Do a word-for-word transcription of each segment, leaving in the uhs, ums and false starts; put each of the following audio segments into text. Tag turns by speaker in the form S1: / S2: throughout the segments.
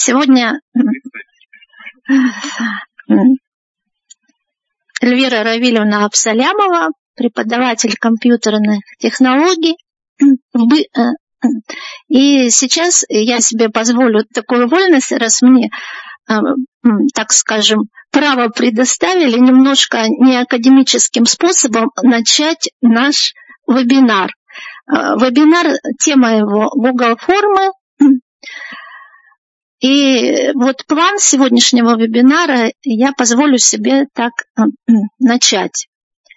S1: Сегодня Эльвира Равильевна Абсалямова, преподаватель компьютерных технологий. И сейчас я себе позволю такую вольность, раз мне, так скажем, право предоставили немножко неакадемическим способом начать наш вебинар. Вебинар, тема его Google формы. И вот план сегодняшнего вебинара я позволю себе так начать.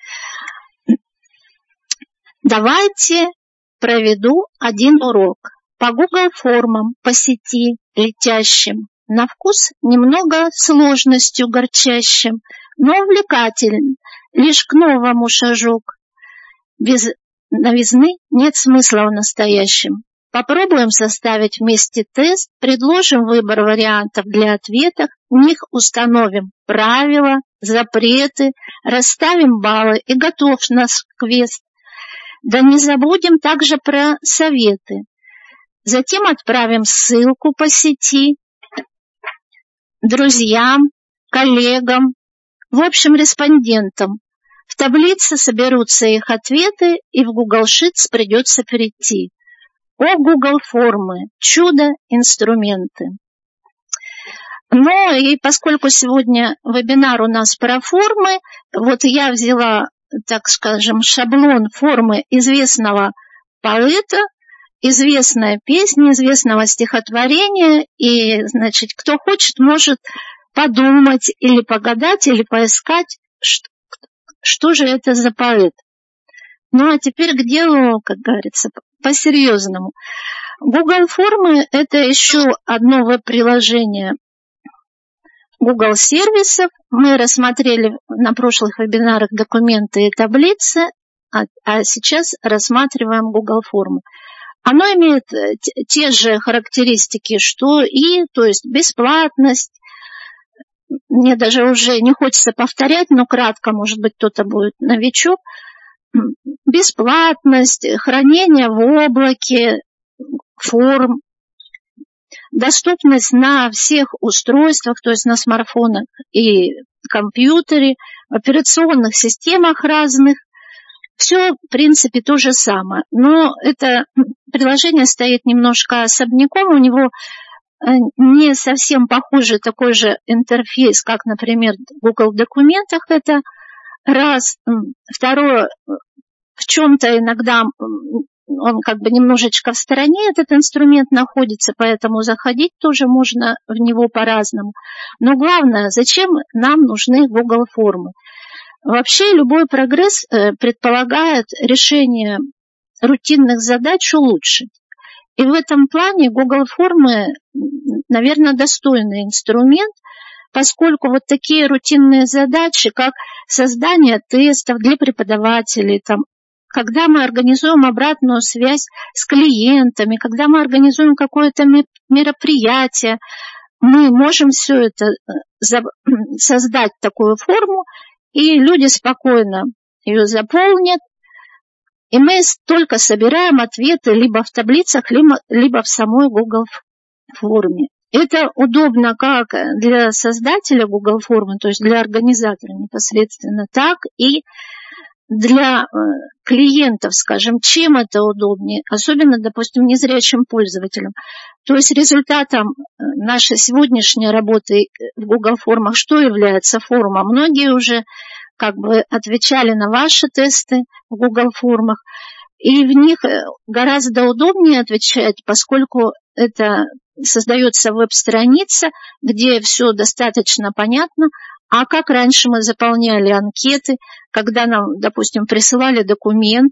S1: Давайте проведу один урок по Google формам, по сети летящим, на вкус немного сложностью горчащим, но увлекательным, лишь к новому шажок. Без новизны нет смысла в настоящем. Попробуем составить вместе тест, предложим выбор вариантов для ответов, в них установим правила, запреты, расставим баллы и готов наш квест. Да не забудем также про советы. Затем отправим ссылку по сети друзьям, коллегам, в общем, респондентам. В таблице соберутся их ответы, и в Google Sheets придется перейти. О, Google формы, чудо-инструменты. Ну и поскольку сегодня вебинар у нас про формы, вот я взяла, так скажем, шаблон формы известного поэта, известная песня, известного стихотворения, и, значит, кто хочет, может подумать или погадать, или поискать, что, что же это за поэт. Ну а теперь к делу, как говорится, по-серьезному. Google формы – это еще одно веб-приложение Google сервисов. Мы рассмотрели на прошлых вебинарах документы и таблицы, а, а сейчас рассматриваем Google формы. Оно имеет те же характеристики, что и, то есть бесплатность. Мне даже уже не хочется повторять, но кратко, может быть, кто-то будет новичок. Бесплатность, хранение в облаке форм, доступность на всех устройствах, то есть на смартфонах и компьютере, в операционных системах разных. Все, в принципе, то же самое. Но это приложение стоит немножко особняком, у него не совсем похожий такой же интерфейс, как, например, в Google документах. Это раз. Второе, в чем-то иногда он как бы немножечко в стороне, этот инструмент находится, поэтому заходить тоже можно в него по-разному. Но главное, зачем нам нужны Google формы? Вообще любой прогресс предполагает решение рутинных задач улучшить. И в этом плане Google формы, наверное, достойный инструмент, поскольку вот такие рутинные задачи, как создание тестов для преподавателей, там, когда мы организуем обратную связь с клиентами, когда мы организуем какое-то мероприятие, мы можем все это создать такую форму, и люди спокойно ее заполнят, и мы только собираем ответы либо в таблицах, либо, либо в самой Google форме. Это удобно как для создателя Google формы, то есть для организатора непосредственно, так и для клиентов, скажем, чем это удобнее, особенно, допустим, незрячим пользователям. То есть результатом нашей сегодняшней работы в Google формах что является форма? Многие уже как бы отвечали на ваши тесты в Google формах, и в них гораздо удобнее отвечать, поскольку это создается веб-страница, где все достаточно понятно. А как раньше мы заполняли анкеты, когда нам, допустим, присылали документ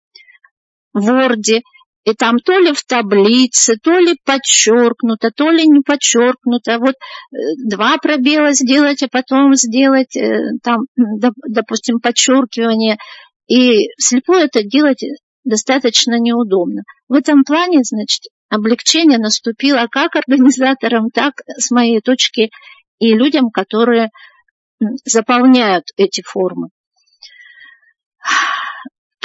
S1: в Word, и там то ли в таблице, то ли подчеркнуто, то ли не подчеркнуто. Вот два пробела сделать, а потом сделать, там, допустим, подчеркивание. И вслепую это делать достаточно неудобно. В этом плане, значит, облегчение наступило как организаторам, так, с моей точки, и людям, которые заполняют эти формы.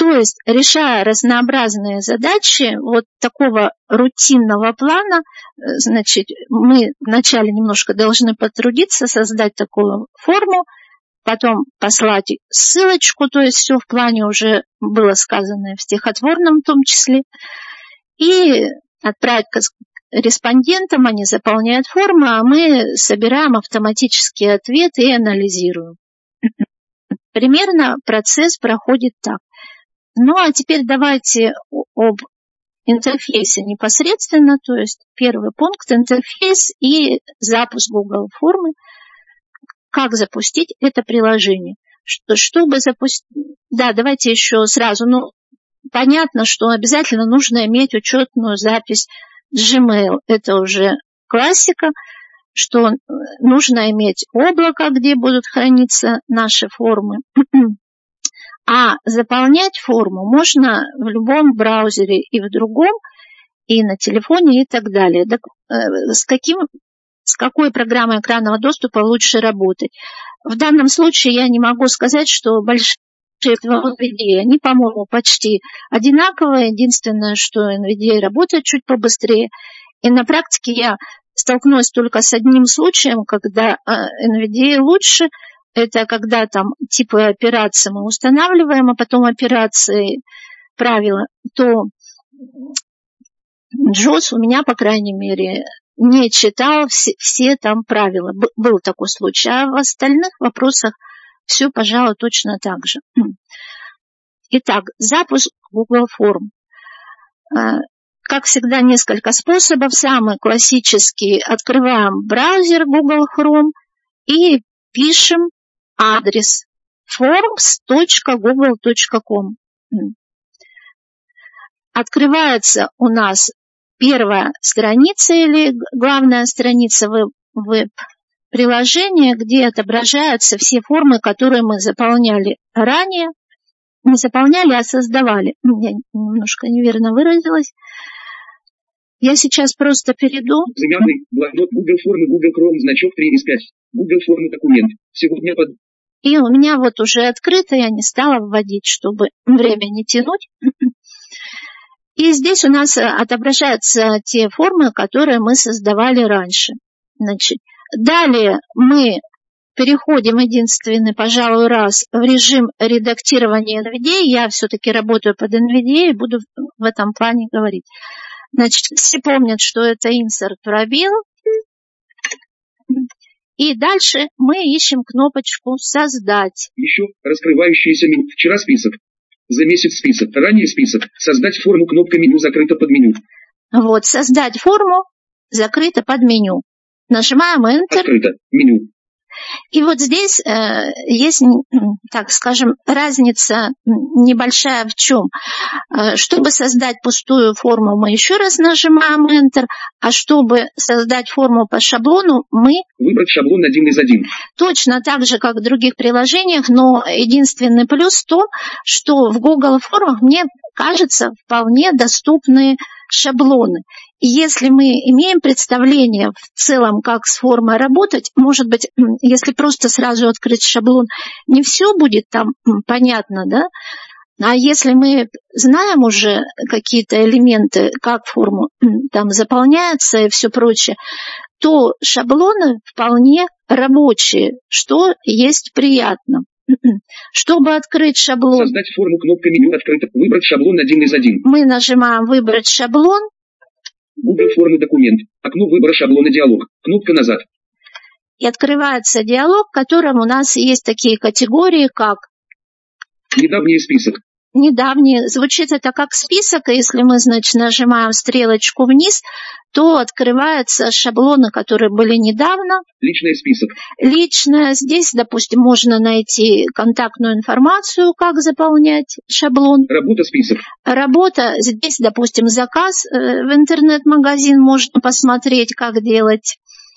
S1: То есть, решая разнообразные задачи вот такого рутинного плана, значит, мы вначале немножко должны потрудиться, создать такую форму, потом послать ссылочку, то есть все в плане уже было сказано в стихотворном в том числе, и отправить к респондентам, они заполняют форму, а мы собираем автоматические ответы и анализируем. Примерно процесс проходит так. Ну, а теперь давайте об интерфейсе непосредственно, то есть первый пункт – интерфейс и запуск Google формы. Как запустить это приложение? Что, чтобы запустить... Да, давайте еще сразу. Ну, понятно, что обязательно нужно иметь учетную запись Gmail. Это уже классика, что нужно иметь облако, где будут храниться наши формы. А заполнять форму можно в любом браузере и в другом, и на телефоне и так далее. Так, э, с, каким, с какой программой экранного доступа лучше работать? В данном случае я не могу сказать, что большие NVIDIA, они, по-моему, почти одинаковые. Единственное, что NVIDIA работает чуть побыстрее. И на практике я столкнулась только с одним случаем, когда NVIDIA лучше. Это когда там типы операций мы устанавливаем, а потом операции правила, то джоус у меня, по крайней мере, не читал все, все там правила. Б- был такой случай. А в остальных вопросах все, пожалуй, точно так же. Итак, запуск Google форм. Как всегда, несколько способов. Самый классический. Открываем браузер Google Chrome и пишем адрес forms точка google точка com. Открывается у нас первая страница или главная страница веб-приложения, где отображаются все формы, которые мы заполняли ранее. Не заполняли, а создавали. Я немножко неверно выразилась. Я сейчас просто перейду.
S2: Заявный блокнот Google формы Google Chrome, значок три из пяти. Google формы документ. Сегодня под...
S1: И у меня вот уже открыто, я не стала вводить, чтобы время не тянуть. И здесь у нас отображаются те формы, которые мы создавали раньше. Значит, далее мы переходим единственный, пожалуй, раз в режим редактирования NVIDIA. Я все-таки работаю под NVIDIA и буду в этом плане говорить. Значит, все помнят, что это insert пробел. И дальше мы ищем кнопочку «Создать».
S2: Еще раскрывающееся меню. Вчера список. За месяц список. Ранее список. Создать форму. Кнопка меню закрыта под меню.
S1: Вот, создать форму закрыто под меню. Нажимаем Enter.
S2: Открыто. Меню.
S1: И вот здесь э, есть, так скажем, разница небольшая в чем. Э, чтобы создать пустую форму, мы еще раз нажимаем Enter, а чтобы создать форму по шаблону, мы...
S2: Выбрать шаблон один из один.
S1: Точно так же, как в других приложениях, но единственный плюс в том, что в Google формах, мне кажется, вполне доступны шаблоны. И если мы имеем представление в целом, как с формой работать, может быть, если просто сразу открыть шаблон, не все будет там понятно, да? А если мы знаем уже какие-то элементы, как форму там заполняется и все прочее, то шаблоны вполне рабочие, что есть приятно. Чтобы открыть шаблон...
S2: Создать форму, кнопка меню открыта. Выбрать шаблон один из один.
S1: Мы нажимаем «Выбрать шаблон».
S2: Google формы документ. Окно выбора шаблона диалог. Кнопка назад.
S1: И открывается диалог, в котором у нас есть такие категории, как...
S2: Недавний список.
S1: Недавний. Звучит это как список, и если мы, значит, нажимаем стрелочку вниз, то открываются шаблоны, которые были недавно.
S2: Личный список.
S1: Личное. Здесь, допустим, можно найти контактную информацию, как заполнять шаблон.
S2: Работа список.
S1: Работа. Здесь, допустим, заказ в интернет-магазин можно посмотреть, как делать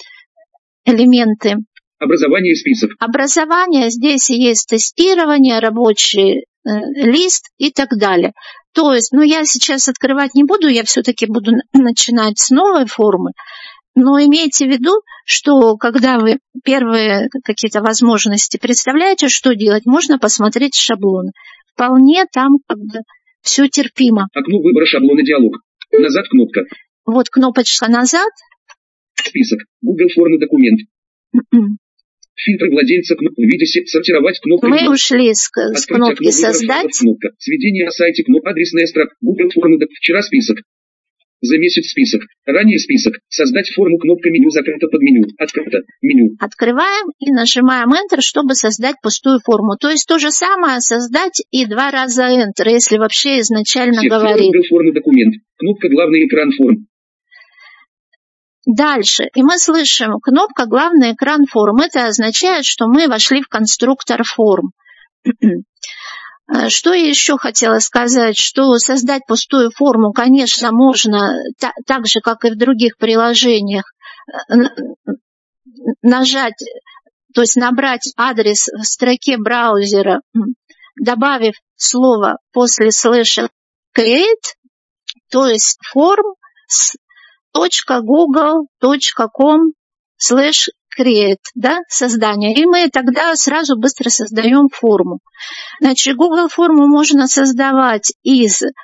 S1: элементы.
S2: Образование список.
S1: Образование. Здесь есть тестирование, рабочий лист и так далее. То есть, ну, я сейчас открывать не буду, я все-таки буду начинать с новой формы, но имейте в виду, что когда вы первые какие-то возможности представляете, что делать, можно посмотреть шаблон. вполне там как бы все терпимо.
S2: Окно выбора шаблона диалог. Назад кнопка.
S1: Вот кнопочка назад.
S2: Список. Google форма документ. Фильтр владельца кнопки. В виде сортировать кнопку.
S1: Мы ушли с, с кнопки создать.
S2: Кнопка. Сведение о сайте кнопка. Адресная строка. Google форма. Вчера список. За месяц список. Ранее список. Создать форму кнопка меню закрыто под меню. Открыто. Меню.
S1: Открываем и нажимаем Enter, чтобы создать пустую форму. То есть то же самое создать и два раза Enter, если вообще изначально
S2: Секция
S1: говорит.
S2: Google форма документ. Кнопка главный экран форм.
S1: Дальше. И мы слышим кнопка главный экран форм. Это означает, что мы вошли в конструктор форм. Что я еще хотела сказать, что создать пустую форму, конечно, можно та- так же, как и в других приложениях, нажать, то есть набрать адрес в строке браузера, добавив слово после слэша create, то есть form с .google.com slash create, да, создание. И мы тогда сразу быстро создаем форму. Значит, Google форму можно создавать из э,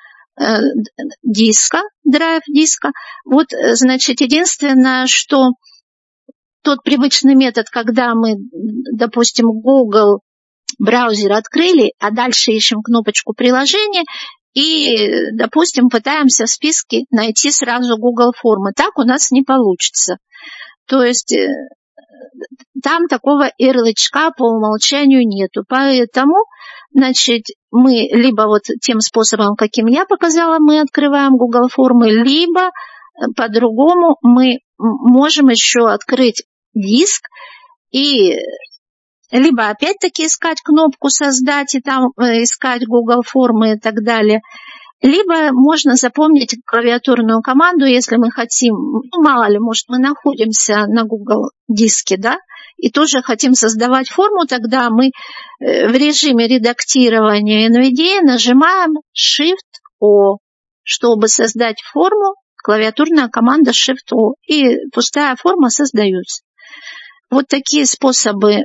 S1: диска, драйв диска. Вот, значит, единственное, что тот привычный метод, когда мы, допустим, Google браузер открыли, а дальше ищем кнопочку приложения, и, допустим, пытаемся в списке найти сразу Google формы. Так у нас не получится. То есть там такого ярлычка по умолчанию нету. Поэтому, значит, мы либо вот тем способом, каким я показала, мы открываем Google формы, либо по-другому мы можем еще открыть диск и либо опять-таки искать кнопку «Создать» и там искать Google формы и так далее. Либо можно запомнить клавиатурную команду, если мы хотим, ну, мало ли, может, мы находимся на Google диске, да, и тоже хотим создавать форму, тогда мы в режиме редактирования эн ви ди эй нажимаем Shift-O, чтобы создать форму, клавиатурная команда Shift-O, и пустая форма создается. Вот такие способы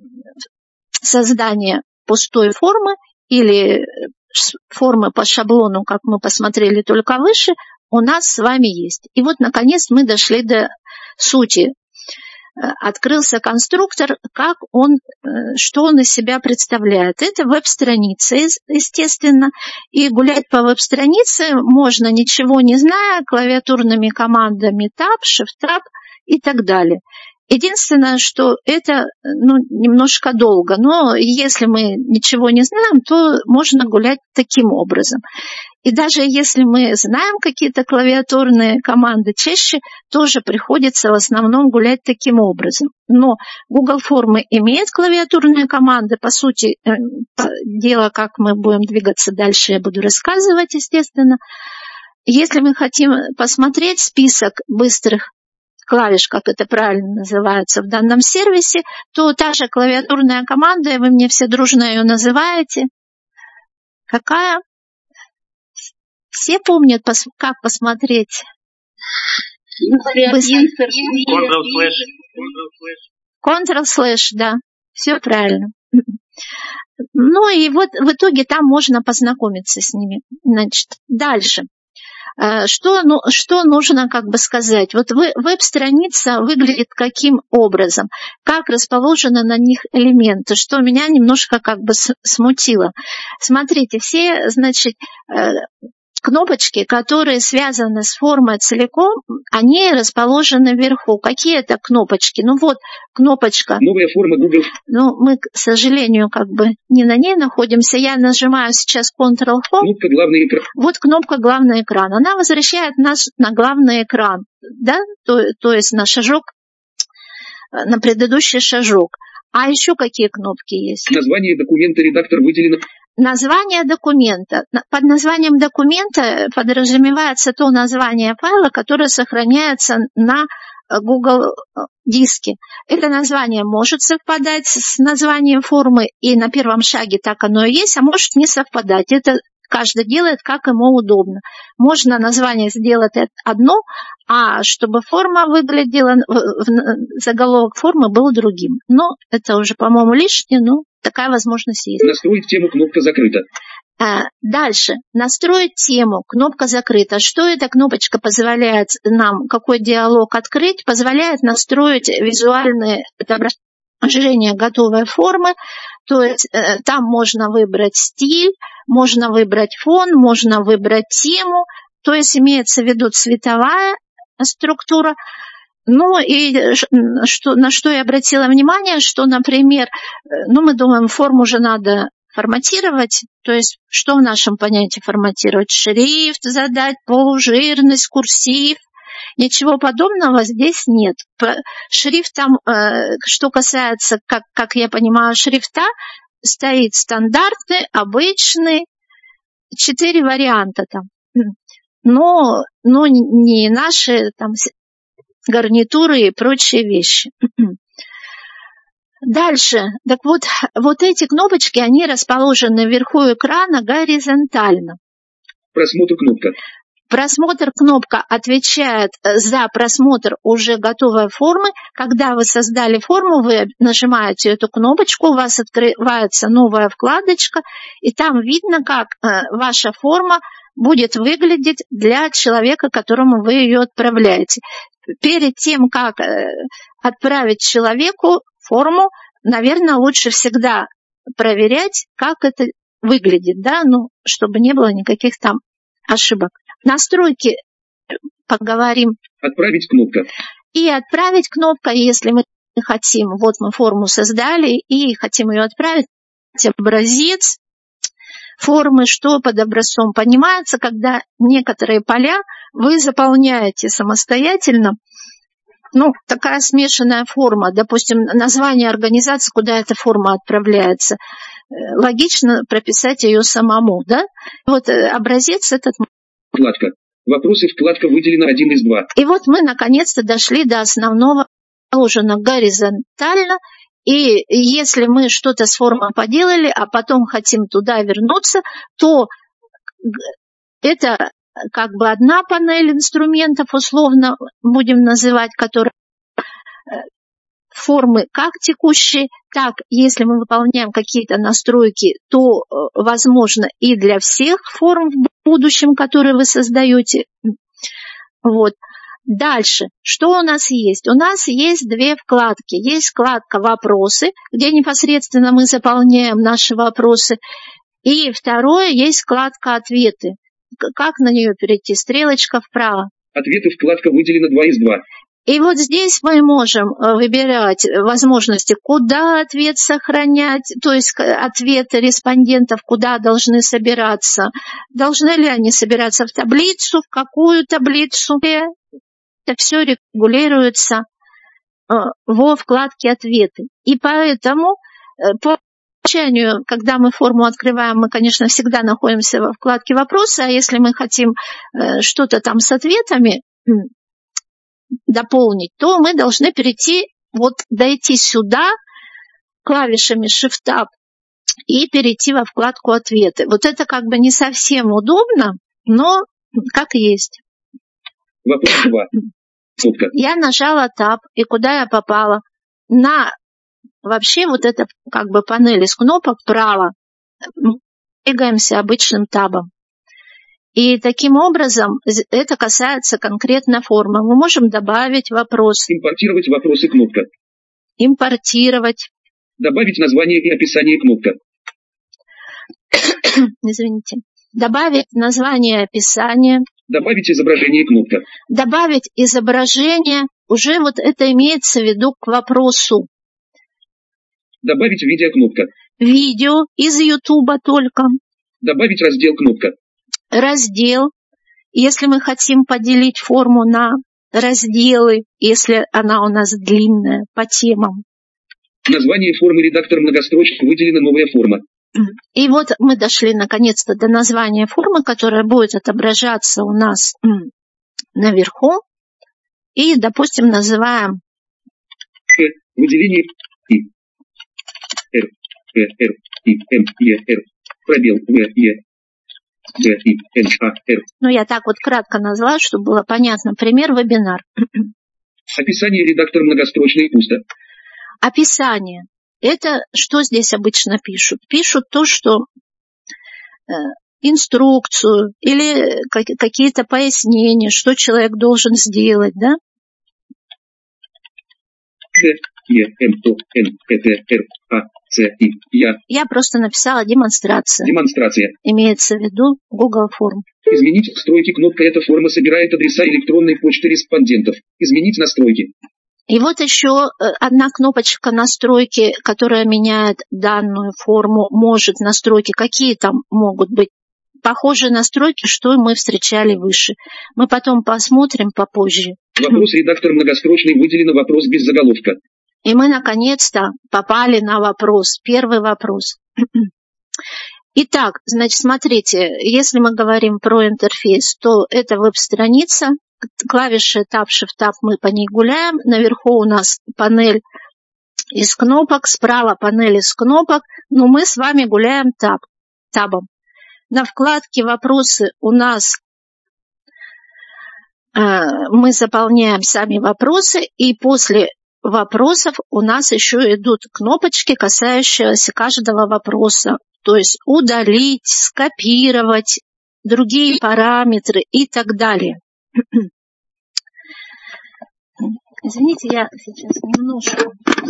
S1: создания пустой формы или формы по шаблону, как мы посмотрели только выше, у нас с вами есть. И вот, наконец, мы дошли до сути. Открылся конструктор, как он, что он из себя представляет. Это веб-страница, естественно. И гулять по веб-странице можно, ничего не зная, клавиатурными командами Tab, Shift-Tab и так далее. Единственное, что это, ну, немножко долго, но если мы ничего не знаем, то можно гулять таким образом. И даже если мы знаем какие-то клавиатурные команды, чаще тоже приходится в основном гулять таким образом. Но Google формы имеет клавиатурные команды, по сути дела, как мы будем двигаться дальше, я буду рассказывать, естественно. Если мы хотим посмотреть список быстрых клавиш, как это правильно называется в данном сервисе, то та же клавиатурная команда, и вы мне все дружно ее называете. Какая? Все помнят, как посмотреть? Ctrl-слэш, да, все правильно. Ну и вот в итоге там можно познакомиться с ними. Значит, дальше. Что, ну, что нужно как бы сказать? Вот веб-страница выглядит каким образом? Как расположены на них элементы? Что меня немножко как бы смутило. Смотрите, все, значит, кнопочки, которые связаны с формой целиком, они расположены вверху. Какие это кнопочки? Ну вот кнопочка.
S2: Новая форма Google.
S1: Ну, мы, к сожалению, как бы не на ней находимся. Я нажимаю сейчас Ctrl-Home.
S2: Кнопка главный экран.
S1: Вот кнопка главный экран. Она возвращает нас на главный экран, да? То, то есть на шажок, на предыдущий шажок. А еще какие кнопки есть?
S2: Название документа редактор выделено.
S1: Название документа. Под названием документа подразумевается то название файла, которое сохраняется на Google диске. Это название может совпадать с названием формы, и на первом шаге так оно и есть, а может не совпадать. Это каждый делает, как ему удобно. Можно название сделать одно, а чтобы форма выглядела, заголовок формы был другим. Но это уже, по-моему, лишнее, но такая возможность есть.
S2: Настроить тему, кнопка закрыта.
S1: Дальше. Настроить тему. Кнопка закрыта. Что эта кнопочка позволяет нам, какой диалог открыть? Позволяет настроить визуальное отображение готовой формы. То есть там можно выбрать стиль, можно выбрать фон, можно выбрать тему. То есть имеется в виду цветовая структура. Ну и что, на что я обратила внимание, что, например, ну мы думаем, форму же надо форматировать, то есть что в нашем понятии форматировать? Шрифт задать, полужирность, курсив. Ничего подобного здесь нет. Шрифт там, что касается, как, как я понимаю, шрифта, стоит стандартный, обычный, четыре варианта там. Но, но не наши там гарнитуры и прочие вещи. Дальше. Так вот, вот эти кнопочки, они расположены вверху экрана горизонтально.
S2: Просмотр кнопка.
S1: Просмотр кнопка отвечает за просмотр уже готовой формы. Когда вы создали форму, вы нажимаете эту кнопочку, у вас открывается новая вкладочка, и там видно, как ваша форма будет выглядеть для человека, которому вы ее отправляете. Перед тем, как отправить человеку форму, наверное, лучше всегда проверять, как это выглядит, да, ну, чтобы не было никаких там ошибок. Настройки поговорим.
S2: Отправить кнопка.
S1: И отправить кнопка, если мы хотим, вот мы форму создали и хотим ее отправить, образец формы, что под образцом понимается, когда некоторые поля вы заполняете самостоятельно. Ну, такая смешанная форма, допустим, название организации, куда эта форма отправляется. Логично прописать ее самому, да? Вот образец этот.
S2: Вкладка. Вопросы, вкладка выделена один из два.
S1: И вот мы наконец-то дошли до основного, положено горизонтально. И если мы что-то с формой поделали, а потом хотим туда вернуться, то это как бы одна панель инструментов, условно будем называть, которые формы как текущие, так, если мы выполняем какие-то настройки, то, возможно, и для всех форм в будущем, которые вы создаете. Вот. Дальше, что у нас есть? У нас есть две вкладки. Есть вкладка «Вопросы», где непосредственно мы заполняем наши вопросы. И второе, есть вкладка «Ответы». Как на нее перейти? Стрелочка вправо.
S2: Ответы, вкладка выделена два из два.
S1: И вот здесь мы можем выбирать возможности, куда ответ сохранять, то есть ответы респондентов, куда должны собираться. Должны ли они собираться в таблицу, в какую таблицу? Это все регулируется во вкладке «Ответы». И поэтому по умолчанию, когда мы форму открываем, мы, конечно, всегда находимся во вкладке «Вопросы», а если мы хотим что-то там с ответами дополнить, то мы должны перейти, вот дойти сюда клавишами Shift-Tab и перейти во вкладку «Ответы». Вот это как бы не совсем удобно, но как есть.
S2: Вопрос два. Сутка.
S1: Я нажала Tab, и куда я попала? На вообще вот это как бы панель из кнопок вправо. Двигаемся обычным табом. И таким образом это касается конкретно формы. Мы можем добавить вопрос.
S2: Импортировать вопросы кнопка.
S1: Импортировать.
S2: Добавить название и описание кнопка.
S1: Извините. Добавить название и описание.
S2: Добавить изображение кнопка.
S1: Добавить изображение. Уже вот это имеется в виду к вопросу.
S2: Добавить видео кнопка.
S1: Видео из Ютуба только.
S2: Добавить раздел кнопка.
S1: Раздел. Если мы хотим поделить форму на разделы, если она у нас длинная, по темам.
S2: Название формы редактор многострочек, выделена новая форма.
S1: И вот мы дошли наконец-то до названия формы, которая будет отображаться у нас наверху. И, допустим, называем
S2: Ш, выделение И. Р, Р, Р, И, М, Е, Р, пробел, В, Е, Д, И, Н, А, Р.
S1: Ну, я так вот кратко назвала, чтобы было понятно. Пример вебинар.
S2: Описание редактор многострочный пусто.
S1: Описание. Это что здесь обычно пишут? Пишут то, что инструкцию или какие-то пояснения, что человек должен сделать, да? Я просто написала демонстрация.
S2: Демонстрация.
S1: Имеется в виду Google форм.
S2: Изменить настройки. Кнопка «Эта форма» собирает адреса электронной почты респондентов. Изменить настройки.
S1: И вот еще одна кнопочка настройки, которая меняет данную форму, может настройки. Какие там могут быть? Похожие настройки, что мы встречали выше. Мы потом посмотрим попозже.
S2: Вопрос редактор многострочный, выделено вопрос без заголовка.
S1: И мы наконец-то попали на вопрос, первый вопрос. Итак, значит, смотрите, если мы говорим про интерфейс, то это веб-страница, клавиши Tab, Shift, Tab, мы по ней гуляем, наверху у нас панель из кнопок, справа панель из кнопок, но мы с вами гуляем таб, табом. На вкладке «Вопросы» у нас э, мы заполняем сами вопросы, и после вопросов у нас еще идут кнопочки, касающиеся каждого вопроса. То есть удалить, скопировать, другие параметры и так далее. Извините, я сейчас немножко...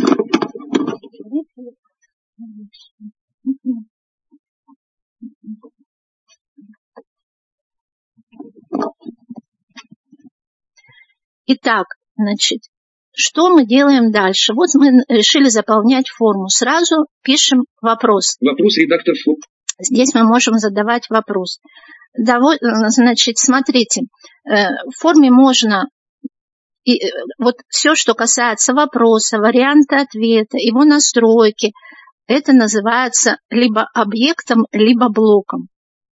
S1: Итак, значит, что мы делаем дальше? Вот мы решили заполнять форму. Сразу пишем вопрос.
S2: Вопрос редактор.
S1: Здесь мы можем задавать вопрос. Значит, смотрите, в форме можно, вот все, что касается вопроса, варианта ответа, его настройки, это называется либо объектом, либо блоком.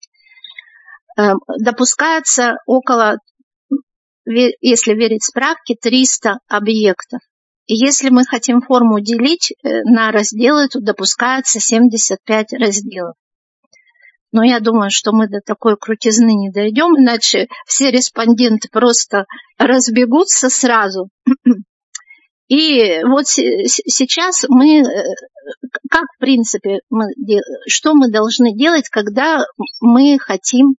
S1: Допускается около, если верить справке, триста объектов. И если мы хотим форму делить на разделы, то допускается семьдесят пять разделов. Но я думаю, что мы до такой крутизны не дойдем, иначе все респонденты просто разбегутся сразу. И вот сейчас мы, как в принципе, мы, что мы должны делать, когда мы хотим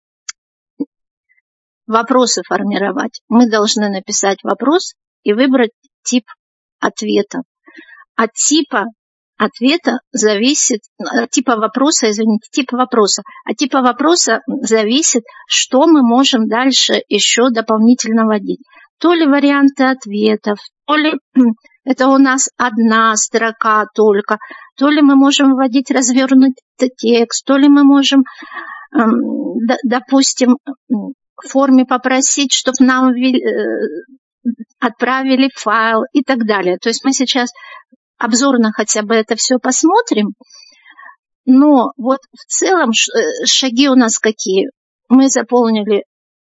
S1: вопросы формировать? Мы должны написать вопрос и выбрать тип ответа. От типа ответа зависит, от типа вопроса, извините, типа вопроса. От типа вопроса зависит, что мы можем дальше еще дополнительно вводить. То ли варианты ответов, то ли это у нас одна строка только, то ли мы можем вводить развернутый текст, то ли мы можем, допустим, в форме попросить, чтобы нам отправили файл и так далее. То есть мы сейчас обзорно хотя бы это все посмотрим, но вот в целом шаги у нас какие? Мы заполнили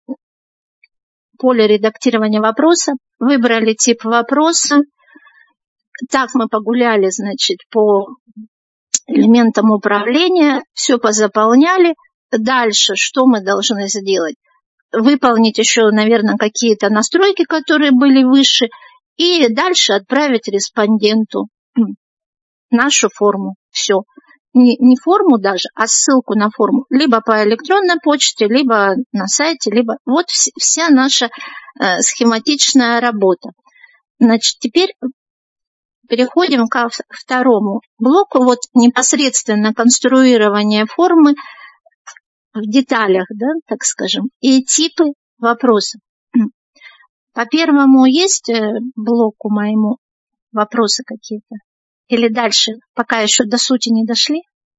S1: поле редактирования вопроса, выбрали тип вопроса, так мы погуляли, значит, по элементам управления, все позаполняли. Дальше что мы должны сделать? Выполнить еще, наверное, какие-то настройки, которые были выше, и дальше отправить респонденту нашу форму. Все. Не, не форму даже, а ссылку на форму. Либо по электронной почте, либо на сайте, либо... Вот вс- вся наша э, схематичная работа. Значит, теперь переходим ко второму блоку. Вот непосредственно конструирование формы в деталях, да, так скажем, и типы вопросов. По первому есть блоку моему вопросы какие-то? Или дальше, пока еще до сути не дошли?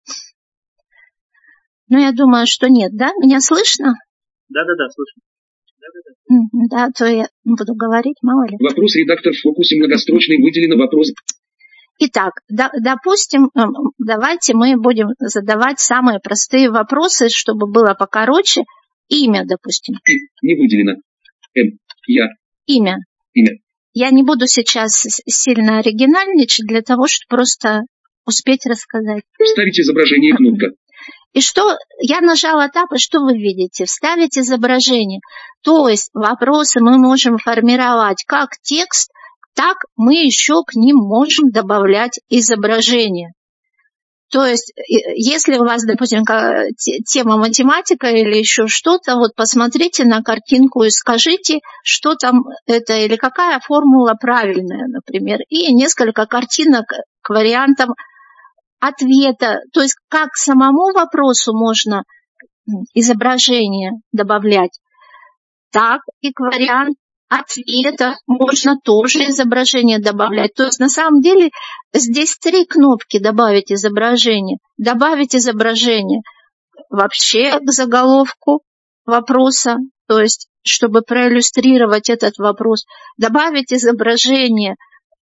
S1: Ну, я думаю, что нет, да? Меня слышно?
S2: Да-да-да, слышно.
S1: Да, то я буду говорить, мало ли.
S2: Вопрос редактор в фокусе многострочный, выделено вопрос.
S1: Итак, да, допустим, давайте мы будем задавать самые простые вопросы, чтобы было покороче. Имя, допустим.
S2: Не выделено. М. Я.
S1: Имя.
S2: Имя.
S1: Я не буду сейчас сильно оригинальничать для того, чтобы просто успеть рассказать.
S2: Вставить изображение, кнопка.
S1: И что? Я нажала Tab, и что вы видите? Вставить изображение. То есть вопросы мы можем формировать как текст, так мы еще к ним можем добавлять изображение. То есть, если у вас, допустим, тема математика или еще что-то, вот посмотрите на картинку и скажите, что там это или какая формула правильная, например, и несколько картинок к вариантам ответа. То есть, как к самому вопросу можно изображение добавлять, так и к варианту ответа можно тоже изображение добавлять. То есть на самом деле здесь три кнопки «Добавить изображение». Добавить изображение вообще к заголовку вопроса, то есть чтобы проиллюстрировать этот вопрос. Добавить изображение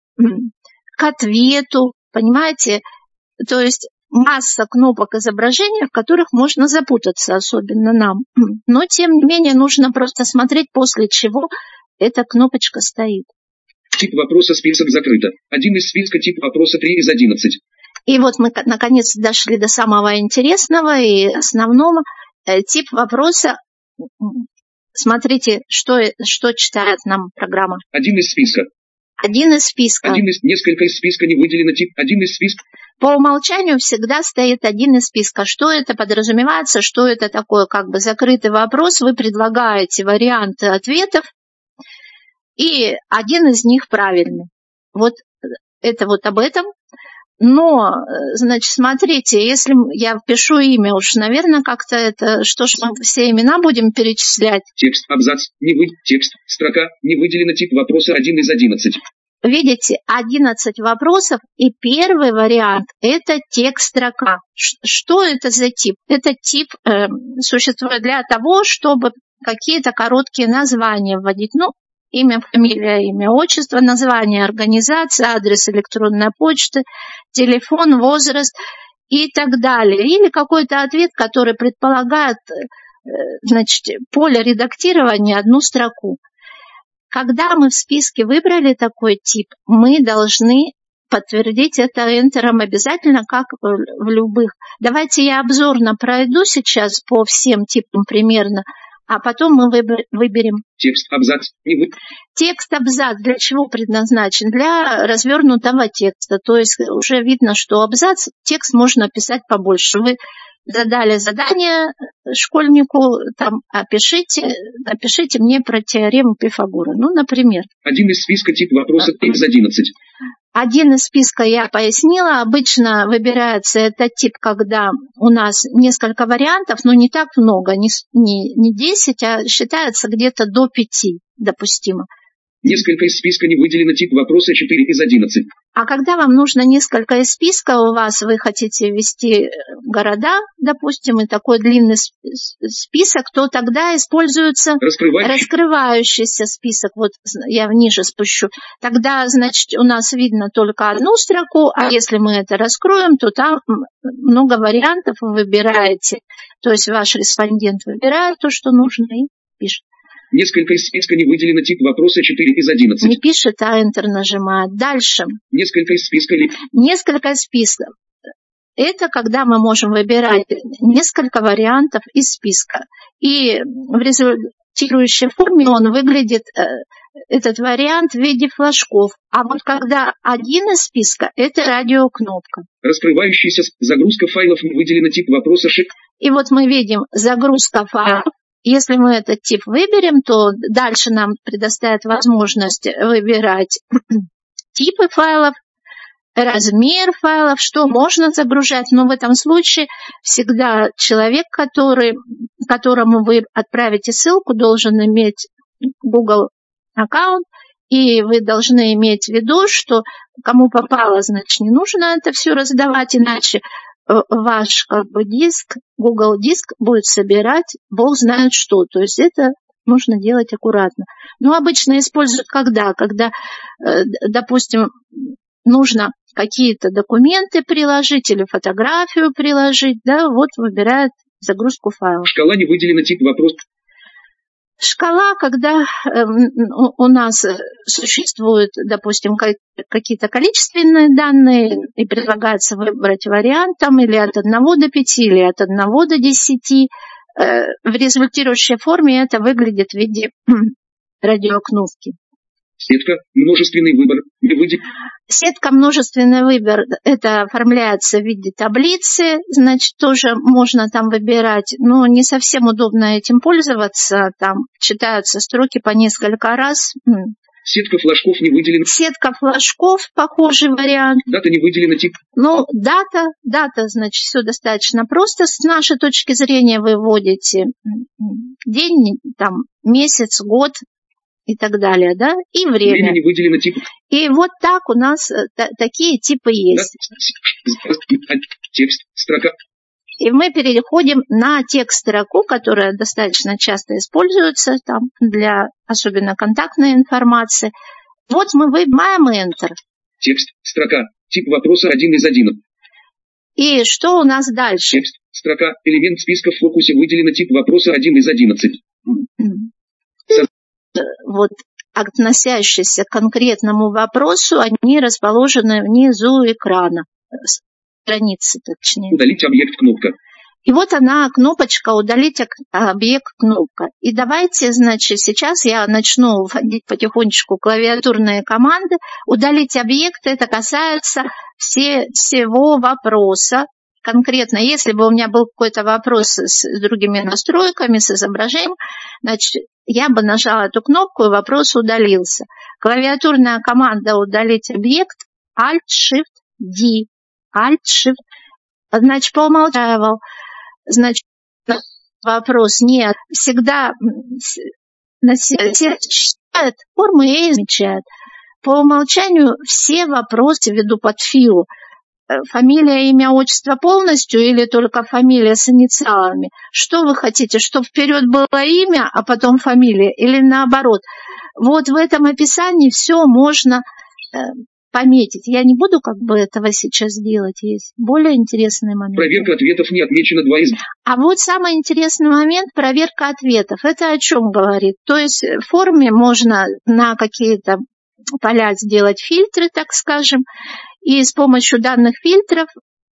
S1: к ответу, понимаете? То есть масса кнопок изображения, в которых можно запутаться, особенно нам. Но, тем не менее, нужно просто смотреть, после чего эта кнопочка стоит.
S2: Тип вопроса список закрыто. Один из списка тип вопроса три из одиннадцати.
S1: И вот мы наконец дошли до самого интересного и основного. Тип вопроса. Смотрите, что, что читает нам программа.
S2: Один из списка.
S1: Один из списка.
S2: Один из несколько из списка не выделено тип. Один из списка.
S1: По умолчанию всегда стоит один из списка. Что это подразумевается, что это такое как бы закрытый вопрос. Вы предлагаете варианты ответов, и один из них правильный. Вот это вот об этом. Но, значит, смотрите, если я впишу имя, уж, наверное, как-то это, что ж мы все имена будем перечислять?
S2: Текст, абзац, не вы, текст, строка, не выделено тип вопроса один из одиннадцати.
S1: Видите, одиннадцать вопросов, и первый вариант – это текст-строка. Что это за тип? Это тип э, существует для того, чтобы какие-то короткие названия вводить. Ну, имя, фамилия, имя, отчество, название организации, адрес электронной почты, телефон, возраст и так далее. Или какой-то ответ, который предполагает, значит, поле редактирования одну строку. Когда мы в списке выбрали такой тип, мы должны подтвердить это энтером обязательно, как в любых. Давайте я обзорно пройду сейчас по всем типам примерно, а потом мы выберем.
S2: Текст, абзац, не вы.
S1: Текст, абзац для чего предназначен? Для развернутого текста. То есть уже видно, что абзац, текст можно писать побольше. Вы задали задание школьнику, там, опишите, напишите мне про теорему Пифагора. Ну, например.
S2: Один из списка тип вопроса три из одиннадцати.
S1: Один из списка я пояснила. Обычно выбирается этот тип, когда у нас несколько вариантов, но не так много, не, не, не десять, а считается где-то до пяти допустимо.
S2: Несколько из списка не выделено тип вопроса четыре из одиннадцати.
S1: А когда вам нужно несколько из списка, у вас вы хотите ввести города, допустим, и такой длинный список, то тогда используется
S2: Раскрывающий.
S1: раскрывающийся список. Вот я ниже спущу. Тогда, значит, у нас видно только одну строку, а если мы это раскроем, то там много вариантов вы выбираете. То есть ваш респондент выбирает то, что нужно, и пишет.
S2: Несколько из списка не выделено тип вопроса четыре из одиннадцати.
S1: Не пишет, а Enter нажимает. Дальше.
S2: Несколько из списка ли...
S1: Несколько из списка. Это когда мы можем выбирать несколько вариантов из списка. И в результирующей форме он выглядит, этот вариант, в виде флажков. А вот когда один из списка, это радиокнопка.
S2: Раскрывающийся загрузка файлов не выделено тип вопроса шесть.
S1: И вот мы видим загрузка файлов. Если мы этот тип выберем, то дальше нам предоставят возможность выбирать типы файлов, размер файлов, что можно загружать. Но в этом случае всегда человек, который, которому вы отправите ссылку, должен иметь Google аккаунт, и вы должны иметь в виду, что кому попало, значит, не нужно это все раздавать, иначе ваш как бы диск, Google диск будет собирать бог знает что. То есть это нужно делать аккуратно. Но обычно используют когда? Когда, допустим, нужно какие-то документы приложить или фотографию приложить, да, вот выбирают загрузку файлов.
S2: Шкала не выделена тип вопрос.
S1: Шкала, когда э, у нас существуют, допустим, какие-то количественные данные, и предлагается выбрать вариант там или от одного до пяти, или от одного до десяти. Э, в результирующей форме это выглядит в виде радиокнопки.
S2: Сетка, множественный выбор, Не выделено.
S1: Сетка множественный выбор, это оформляется в виде таблицы, значит, тоже можно там выбирать, но не совсем удобно этим пользоваться, там читаются строки по несколько раз.
S2: Сетка флажков не выделена.
S1: Сетка флажков, похожий вариант.
S2: Дата не выделена, тип.
S1: Ну, дата, дата, значит, все достаточно просто. С нашей точки зрения вы вводите день, там, месяц, год и так далее, да, и время.
S2: Время не выделено, тип.
S1: И вот так у нас та- такие типы есть.
S2: Текст, строка.
S1: И мы переходим на текст-строку, которая достаточно часто используется там для особенно контактной информации. Вот мы выбираем Enter.
S2: Текст, строка, тип вопроса один из один.
S1: И что у нас дальше?
S2: Текст, строка, элемент списка в фокусе выделено, тип вопроса один из одиннадцати.
S1: Вот относящиеся к конкретному вопросу, они расположены внизу экрана, страницы точнее.
S2: Удалить объект, кнопка.
S1: И вот она, кнопочка «Удалить объект», кнопка. И давайте, значит, сейчас я начну вводить потихонечку клавиатурные команды. Удалить объект – это касается все, всего вопроса. Конкретно, если бы у меня был какой-то вопрос с другими настройками, с изображением, значит, я бы нажала эту кнопку, и вопрос удалился. Клавиатурная команда «Удалить объект» Alt-Shift-D. Alt-Shift. Значит, по умолчанию, значит, вопрос нет. Всегда читает форму и измечает. По умолчанию все вопросы веду под фио. Фамилия, имя, отчество полностью или только фамилия с инициалами? Что вы хотите, чтобы вперед было имя, а потом фамилия, или наоборот? Вот в этом описании все можно э, пометить. Я не буду как бы этого сейчас делать, есть более интересный момент.
S2: Проверка ответов не отмечена два из...
S1: А вот самый интересный момент – проверка ответов. Это о чем говорит? То есть в форме можно на какие-то поля сделать фильтры, так скажем, и с помощью данных фильтров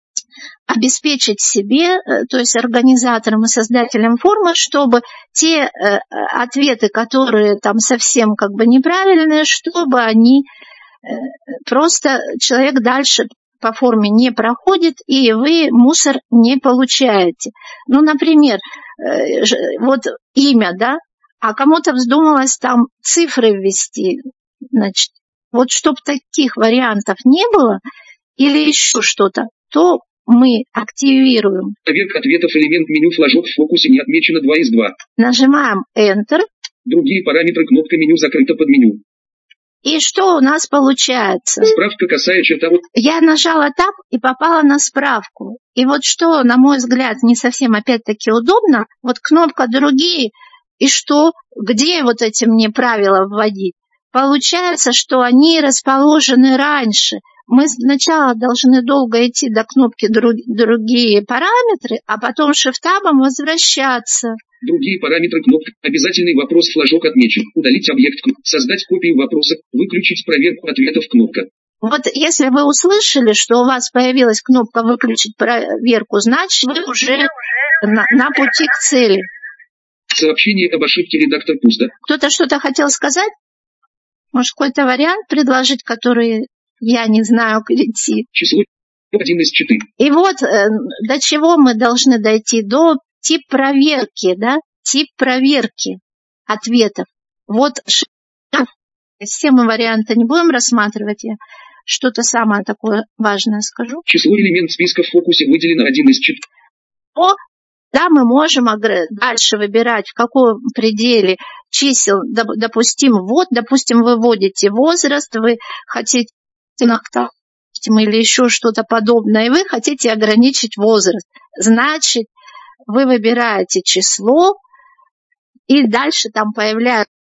S1: обеспечить себе, то есть организаторам и создателям формы, чтобы те э, ответы, которые там совсем как бы неправильные, чтобы они э, просто человек дальше по форме не проходит, и вы мусор не получаете. Ну, например, э, вот имя, да, а кому-то вздумалось там цифры ввести, значит, вот чтобы таких вариантов не было, или еще что-то, то мы активируем.
S2: Проверка ответов, элемент меню, флажок в фокусе не отмечено два из два.
S1: Нажимаем Enter.
S2: Другие параметры, кнопка меню закрыта под меню.
S1: И что у нас получается?
S2: Справка касается черта.
S1: Я нажала Tab и попала на справку. И вот что, на мой взгляд, не совсем опять-таки удобно, вот кнопка «Другие», и что, где вот эти мне правила вводить? Получается, что они расположены раньше. Мы сначала должны долго идти до кнопки «Другие параметры», а потом шифтабом возвращаться.
S2: Другие параметры, кнопка. Обязательный вопрос, флажок отмечен. Удалить объект, создать копию вопроса, выключить проверку ответов, кнопка.
S1: Вот если вы услышали, что у вас появилась кнопка «Выключить проверку», значит, вы уже на, на пути к цели.
S2: Сообщение об ошибке, редактор пусто.
S1: Кто-то что-то хотел сказать? Может, какой-то вариант предложить, который я не знаю, крити.
S2: Число один из четырех.
S1: И вот э, до чего мы должны дойти? До тип проверки, да? Тип проверки ответов. Вот все мы варианты не будем рассматривать. Я что-то самое такое важное скажу.
S2: Число элемент списка в фокусе выделено один из четырех.
S1: О, да, мы можем дальше выбирать, в каком пределе чисел допустим. Вот, допустим, вы вводите возраст, вы хотите или еще что-то подобное, и вы хотите ограничить возраст. Значит, вы выбираете число, и дальше там появляется...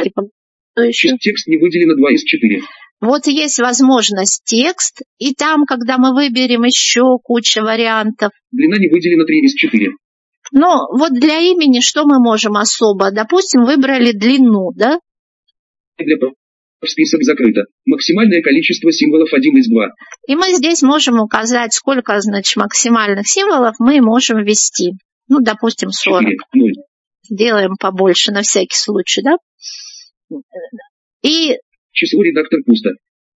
S2: Текст не выделено два из четырех.
S1: Вот есть возможность текст, и там, когда мы выберем еще куча вариантов.
S2: Длина не выделена три из четырех.
S1: Но вот для имени что мы можем особо? Допустим, выбрали длину, да?
S2: Для список закрыто. Максимальное количество символов один из двух.
S1: И мы здесь можем указать, сколько, значит, максимальных символов мы можем ввести. Ну, допустим, сорок.
S2: четыре, ноль.
S1: Сделаем побольше на всякий случай, да? И...
S2: Число редактор пусто.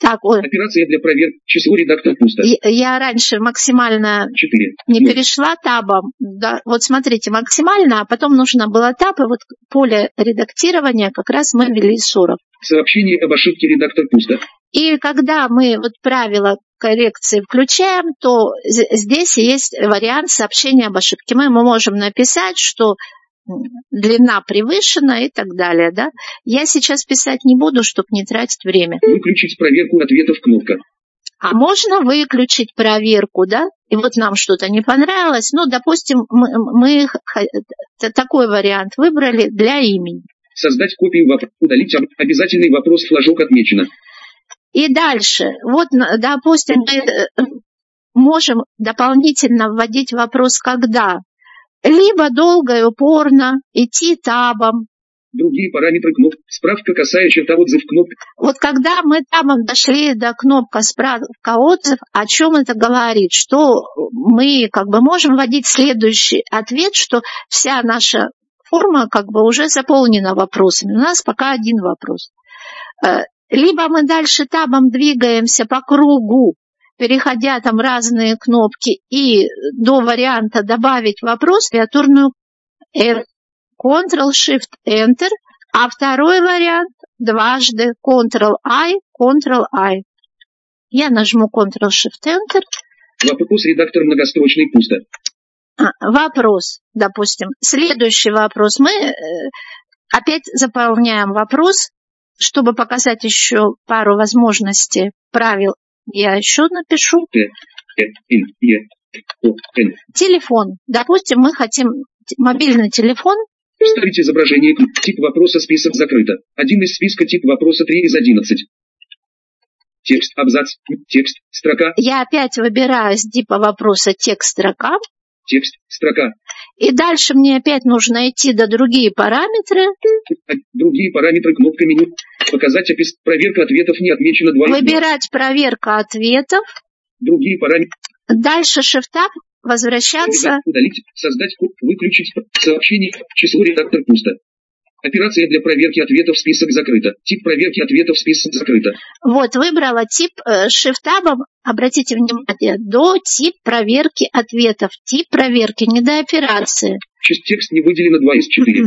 S1: Так, ой.
S2: Операция для проверки. Число редактор пусто.
S1: Я, я раньше максимально
S2: четыре.
S1: не
S2: ноль.
S1: перешла табом. Да, вот смотрите, максимально, а потом нужно было таб, и вот поле редактирования как раз мы ввели сорок.
S2: Сообщение об ошибке редактор пусто.
S1: И когда мы вот правила коррекции включаем, то здесь есть вариант сообщения об ошибке. Мы, мы можем написать, что длина превышена и так далее. Да? Я сейчас писать не буду, чтобы не тратить время.
S2: Выключить проверку ответов кнопка.
S1: А можно выключить проверку, да? И вот нам что-то не понравилось. Ну, допустим, мы, мы такой вариант выбрали для имени.
S2: Создать копию вопроса. Удалить обязательный вопрос, флажок отмечено.
S1: И дальше. Вот, допустим, мы можем дополнительно вводить вопрос «когда?». Либо долго и упорно идти табом.
S2: Другие параметры кнопки. Справка касая черта отзыв кнопки.
S1: Вот когда мы табом дошли до кнопки справка отзыв, о чем это говорит? Что мы как бы можем вводить следующий ответ, что вся наша форма как бы уже заполнена вопросами. У нас пока один вопрос. Либо мы дальше табом двигаемся по кругу, переходя там разные кнопки, и до варианта добавить вопрос, клавиатурную Ctrl-Shift-Enter, а второй вариант дважды Ctrl-I, Ctrl-I. Я нажму Ctrl-Shift-Enter.
S2: Вопрос редактор многострочный пусто.
S1: Вопрос, допустим. Следующий вопрос. Мы опять заполняем вопрос, чтобы показать еще пару возможностей правил. Я еще напишу. Телефон. Допустим, мы хотим мобильный телефон.
S2: Вставить изображение. Тип вопроса. Список закрыто. Один из списка. Тип вопроса три из одиннадцати. Текст. Абзац. Текст. Строка.
S1: Я опять выбираю с типа вопроса текст, строка.
S2: Текст. Строка.
S1: И дальше мне опять нужно идти до другие параметры.
S2: Другие параметры. Кнопка меню. Показать опис. Проверка ответов не отмечено. два.
S1: Выбирать проверка ответов.
S2: Другие параметры.
S1: Дальше Shift-Tab. Возвращаться.
S2: Удалить. Создать. Выключить. Сообщение. Число редактор пусто. Операция для проверки ответов. Список закрыто. Тип проверки ответов. Список закрыто.
S1: Вот, выбрала тип э, Shift-Tab. Обратите внимание, до тип проверки ответов. Тип проверки, не до операции.
S2: Текст не выделено два из четырех.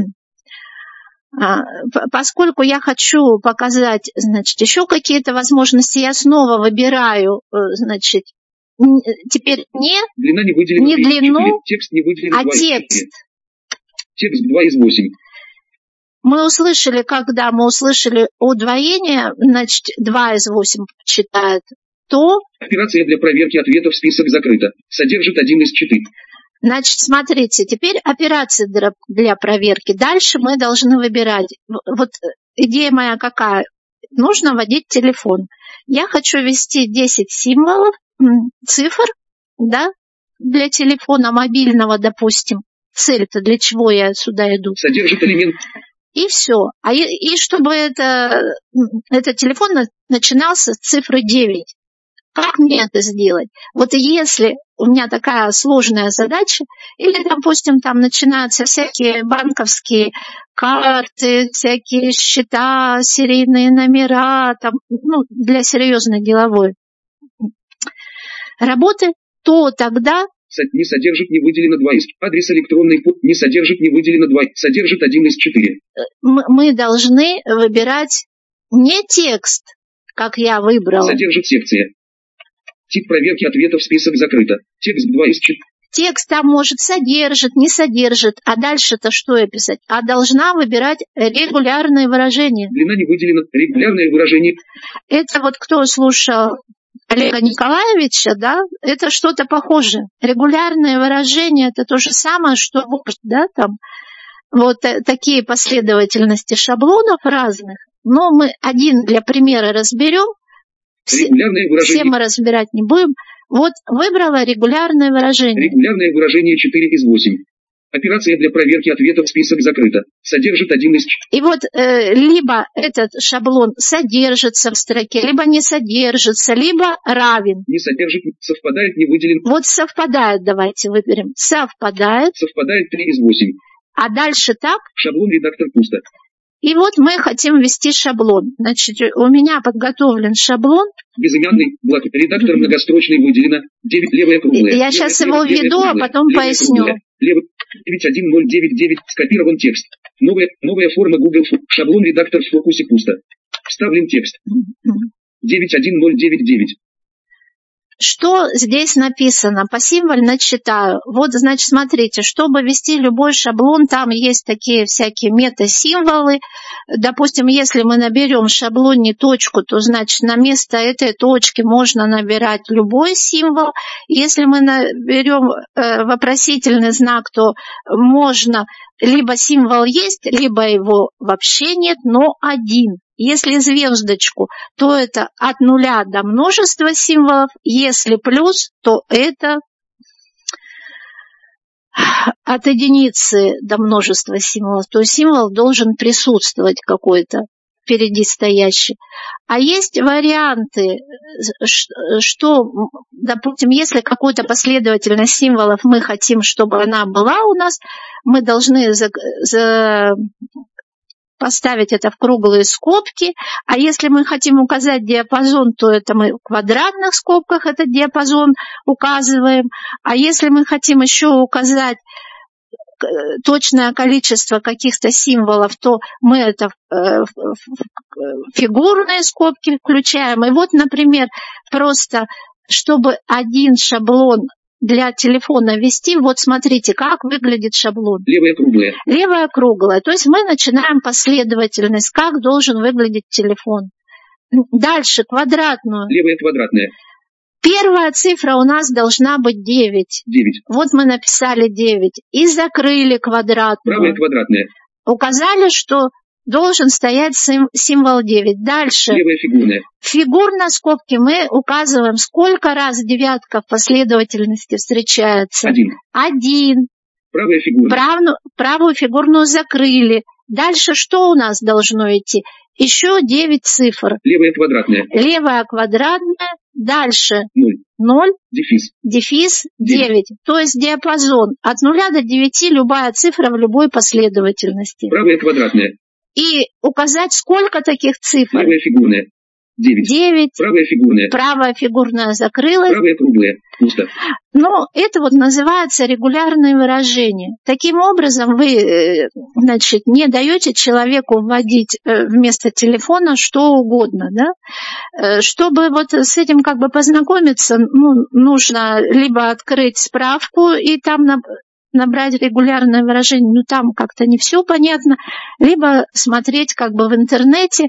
S1: А, поскольку я хочу показать, значит, еще какие-то возможности, я снова выбираю, значит, теперь не,
S2: Длина не, выделена
S1: не длину,
S2: текст не выделено
S1: а текст.
S2: Текст два из восьми.
S1: Мы услышали, когда мы услышали удвоение, значит, два из восьми читает, то...
S2: Операция для проверки ответов. Список закрыто. Содержит один из четырех.
S1: Значит, смотрите, теперь операция для проверки. Дальше мы должны выбирать. Вот идея моя какая? Нужно вводить телефон. Я хочу ввести десять символов, цифр, да, для телефона мобильного, допустим. Цель-то для чего я сюда иду?
S2: Содержит элемент.
S1: И все. А и, и чтобы это, этот телефон начинался с цифры девять. Как мне это сделать? Вот если у меня такая сложная задача, или, допустим, там начинаются всякие банковские карты, всякие счета, серийные номера, там, ну, для серьезной деловой работы, то тогда...
S2: Не содержит, не выделено два из. Адрес электронный путь не содержит, не выделено два. Содержит один из четырех.
S1: Мы должны выбирать не текст, как я выбрала.
S2: Содержит секция. Тип проверки ответов. Список закрыто. Текст два из четырех.
S1: Текст там может содержит, не содержит. А дальше-то что я писать? А должна выбирать регулярные выражения.
S2: Длина не выделена. Регулярное выражение.
S1: Это вот кто слушал Олега Николаевича, да, это что-то похожее. Регулярные выражения – это то же самое, что Word, да, там. Вот такие последовательности шаблонов разных. Но мы один для примера разберем. Все, все мы разбирать не будем. Вот выбрала регулярное выражение.
S2: Регулярное выражение четыре из восьми. Операция для проверки ответов. Список закрыто. Содержит один из...
S1: И вот э, либо этот шаблон содержится в строке, либо не содержится, либо равен.
S2: Не содержит, совпадает, не выделен.
S1: Вот совпадает, давайте выберем. Совпадает.
S2: Совпадает три из восьми.
S1: А дальше так.
S2: Шаблон редактор пусто.
S1: И вот мы хотим ввести шаблон. Значит, у меня подготовлен шаблон.
S2: Безымянный блок. Редактор многострочный выделено. девять левая круглая.
S1: Я сейчас его введу, а потом поясню.
S2: Левый девять один ноль девять девять. Скопирован текст. Новая, новая форма Google. Шаблон редактор в фокусе пусто. Вставлен текст. девять один ноль девять девять.
S1: Что здесь написано? Посимвольно читаю. Вот, значит, смотрите, чтобы ввести любой шаблон, там есть такие всякие мета-символы. Допустим, если мы наберем в шаблоне точку, то, значит, на место этой точки можно набирать любой символ. Если мы наберем э, вопросительный знак, то можно либо символ есть, либо его вообще нет, но один. Если звездочку, то это от нуля до множества символов. Если плюс, то это от единицы до множества символов. То есть символ должен присутствовать какой-то впереди стоящий. А есть варианты, что, допустим, если какую-то последовательность символов мы хотим, чтобы она была у нас, мы должны за, за поставить это в круглые скобки, а если мы хотим указать диапазон, то это мы в квадратных скобках этот диапазон указываем, а если мы хотим еще указать точное количество каких-то символов, то мы это в фигурные скобки включаем. И вот, например, просто чтобы один шаблон для телефона ввести, вот смотрите, как выглядит шаблон.
S2: Левая круглая.
S1: Левая круглая. То есть мы начинаем последовательность, как должен выглядеть телефон. Дальше квадратную.
S2: Левая квадратная.
S1: Первая цифра у нас должна быть девять.
S2: девять.
S1: Вот мы написали девять. И закрыли квадратную.
S2: Правая квадратная.
S1: Указали, что должен стоять символ девять. Дальше.
S2: Левая фигурная.
S1: В фигурной скобке мы указываем, сколько раз девятка в последовательности встречается.
S2: Один.
S1: Один.
S2: Правая фигурная.
S1: Правну, правую фигурную закрыли. Дальше что у нас должно идти? Еще девять цифр.
S2: Левая квадратная.
S1: Левая квадратная. Дальше.
S2: Ноль.
S1: Ноль.
S2: Дефис.
S1: Дефис. Девять. То есть диапазон. От нуля до девяти любая цифра в любой последовательности.
S2: Правая квадратная.
S1: И указать, сколько таких цифр.
S2: Левая фигурная. Девять.
S1: Девять.
S2: Правая фигурная.
S1: Правая фигурная закрылась.
S2: Правая круглая. Пусто.
S1: Но это вот называется регулярные выражения. Таким образом, вы, значит, не даете человеку вводить вместо телефона что угодно, да? Чтобы вот с этим как бы познакомиться, ну, нужно либо открыть справку и там набрать регулярное выражение, ну там как-то не все понятно, либо смотреть как бы в интернете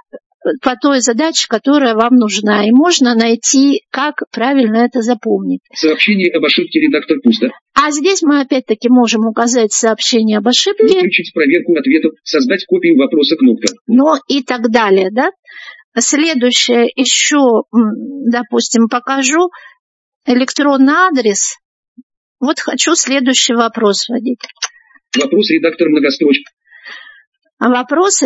S1: по той задаче, которая вам нужна. И можно найти, как правильно это запомнить.
S2: Сообщение об ошибке редактор пусто.
S1: А здесь мы опять-таки можем указать сообщение об ошибке.
S2: Выключить проверку ответов, создать копию вопроса кнопка.
S1: Ну и так далее, да? Следующее еще, допустим, покажу электронный адрес. Вот хочу следующий вопрос вводить.
S2: Вопрос редактор многострочный.
S1: А вопрос...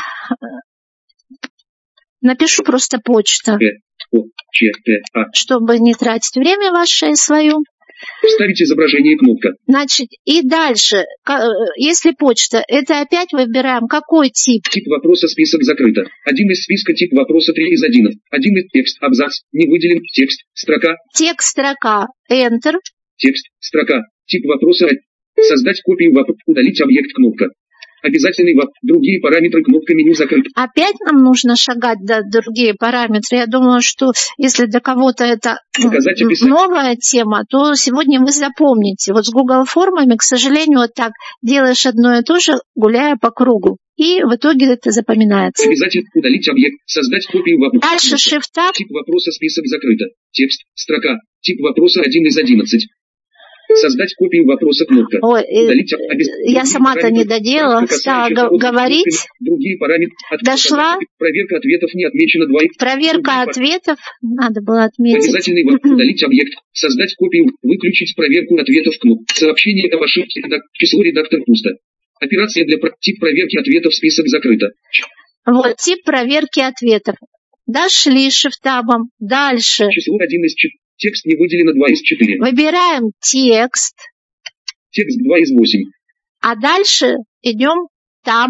S1: Напишу просто почта,
S2: Э, О, Ч, Т, А.
S1: чтобы не тратить время ваше и свое.
S2: Вставить изображение кнопка.
S1: Значит, и дальше, если почта, это опять выбираем какой тип.
S2: Тип вопроса список закрыто. Один из списка тип вопроса три из один. Один из текст абзац. Не выделен текст строка.
S1: Текст строка. Enter.
S2: Текст строка. Тип вопроса. Создать копию вопроса. Удалить объект кнопка. Обязательный вопрос. Другие параметры кнопка меню закрыт.
S1: Опять нам нужно шагать до другие параметры. Я думаю, что если для кого-то это
S2: Показать,
S1: новая тема, то сегодня вы запомните. Вот с Google формами, к сожалению, вот так делаешь одно и то же, гуляя по кругу. И в итоге это запоминается.
S2: Обязательно удалить объект. Создать копию вопроса.
S1: Дальше Shift-Tab.
S2: Тип вопроса список закрыто. Текст строка. Тип вопроса один из одиннадцати. Создать копию вопроса кнопка.
S1: Ой,
S2: удалить,
S1: э, я сама-то не доделала, стала говорить.
S2: Другие параметры.
S1: Дошла.
S2: Проверка ответов не отмечена два.
S1: Проверка ответов. Надо было отметить.
S2: Обязательный вопрос. Удалить объект. Создать копию. Выключить проверку ответов кнопка. Сообщение об ошибке. Число редактор пусто. Операция для тип проверки ответов список закрыто.
S1: Вот тип проверки ответов. Дошли Shift-табом. Дальше.
S2: Число один из четырех. Текст не выделено два из четырех.
S1: Выбираем текст.
S2: Текст два из восьми.
S1: А дальше идем табом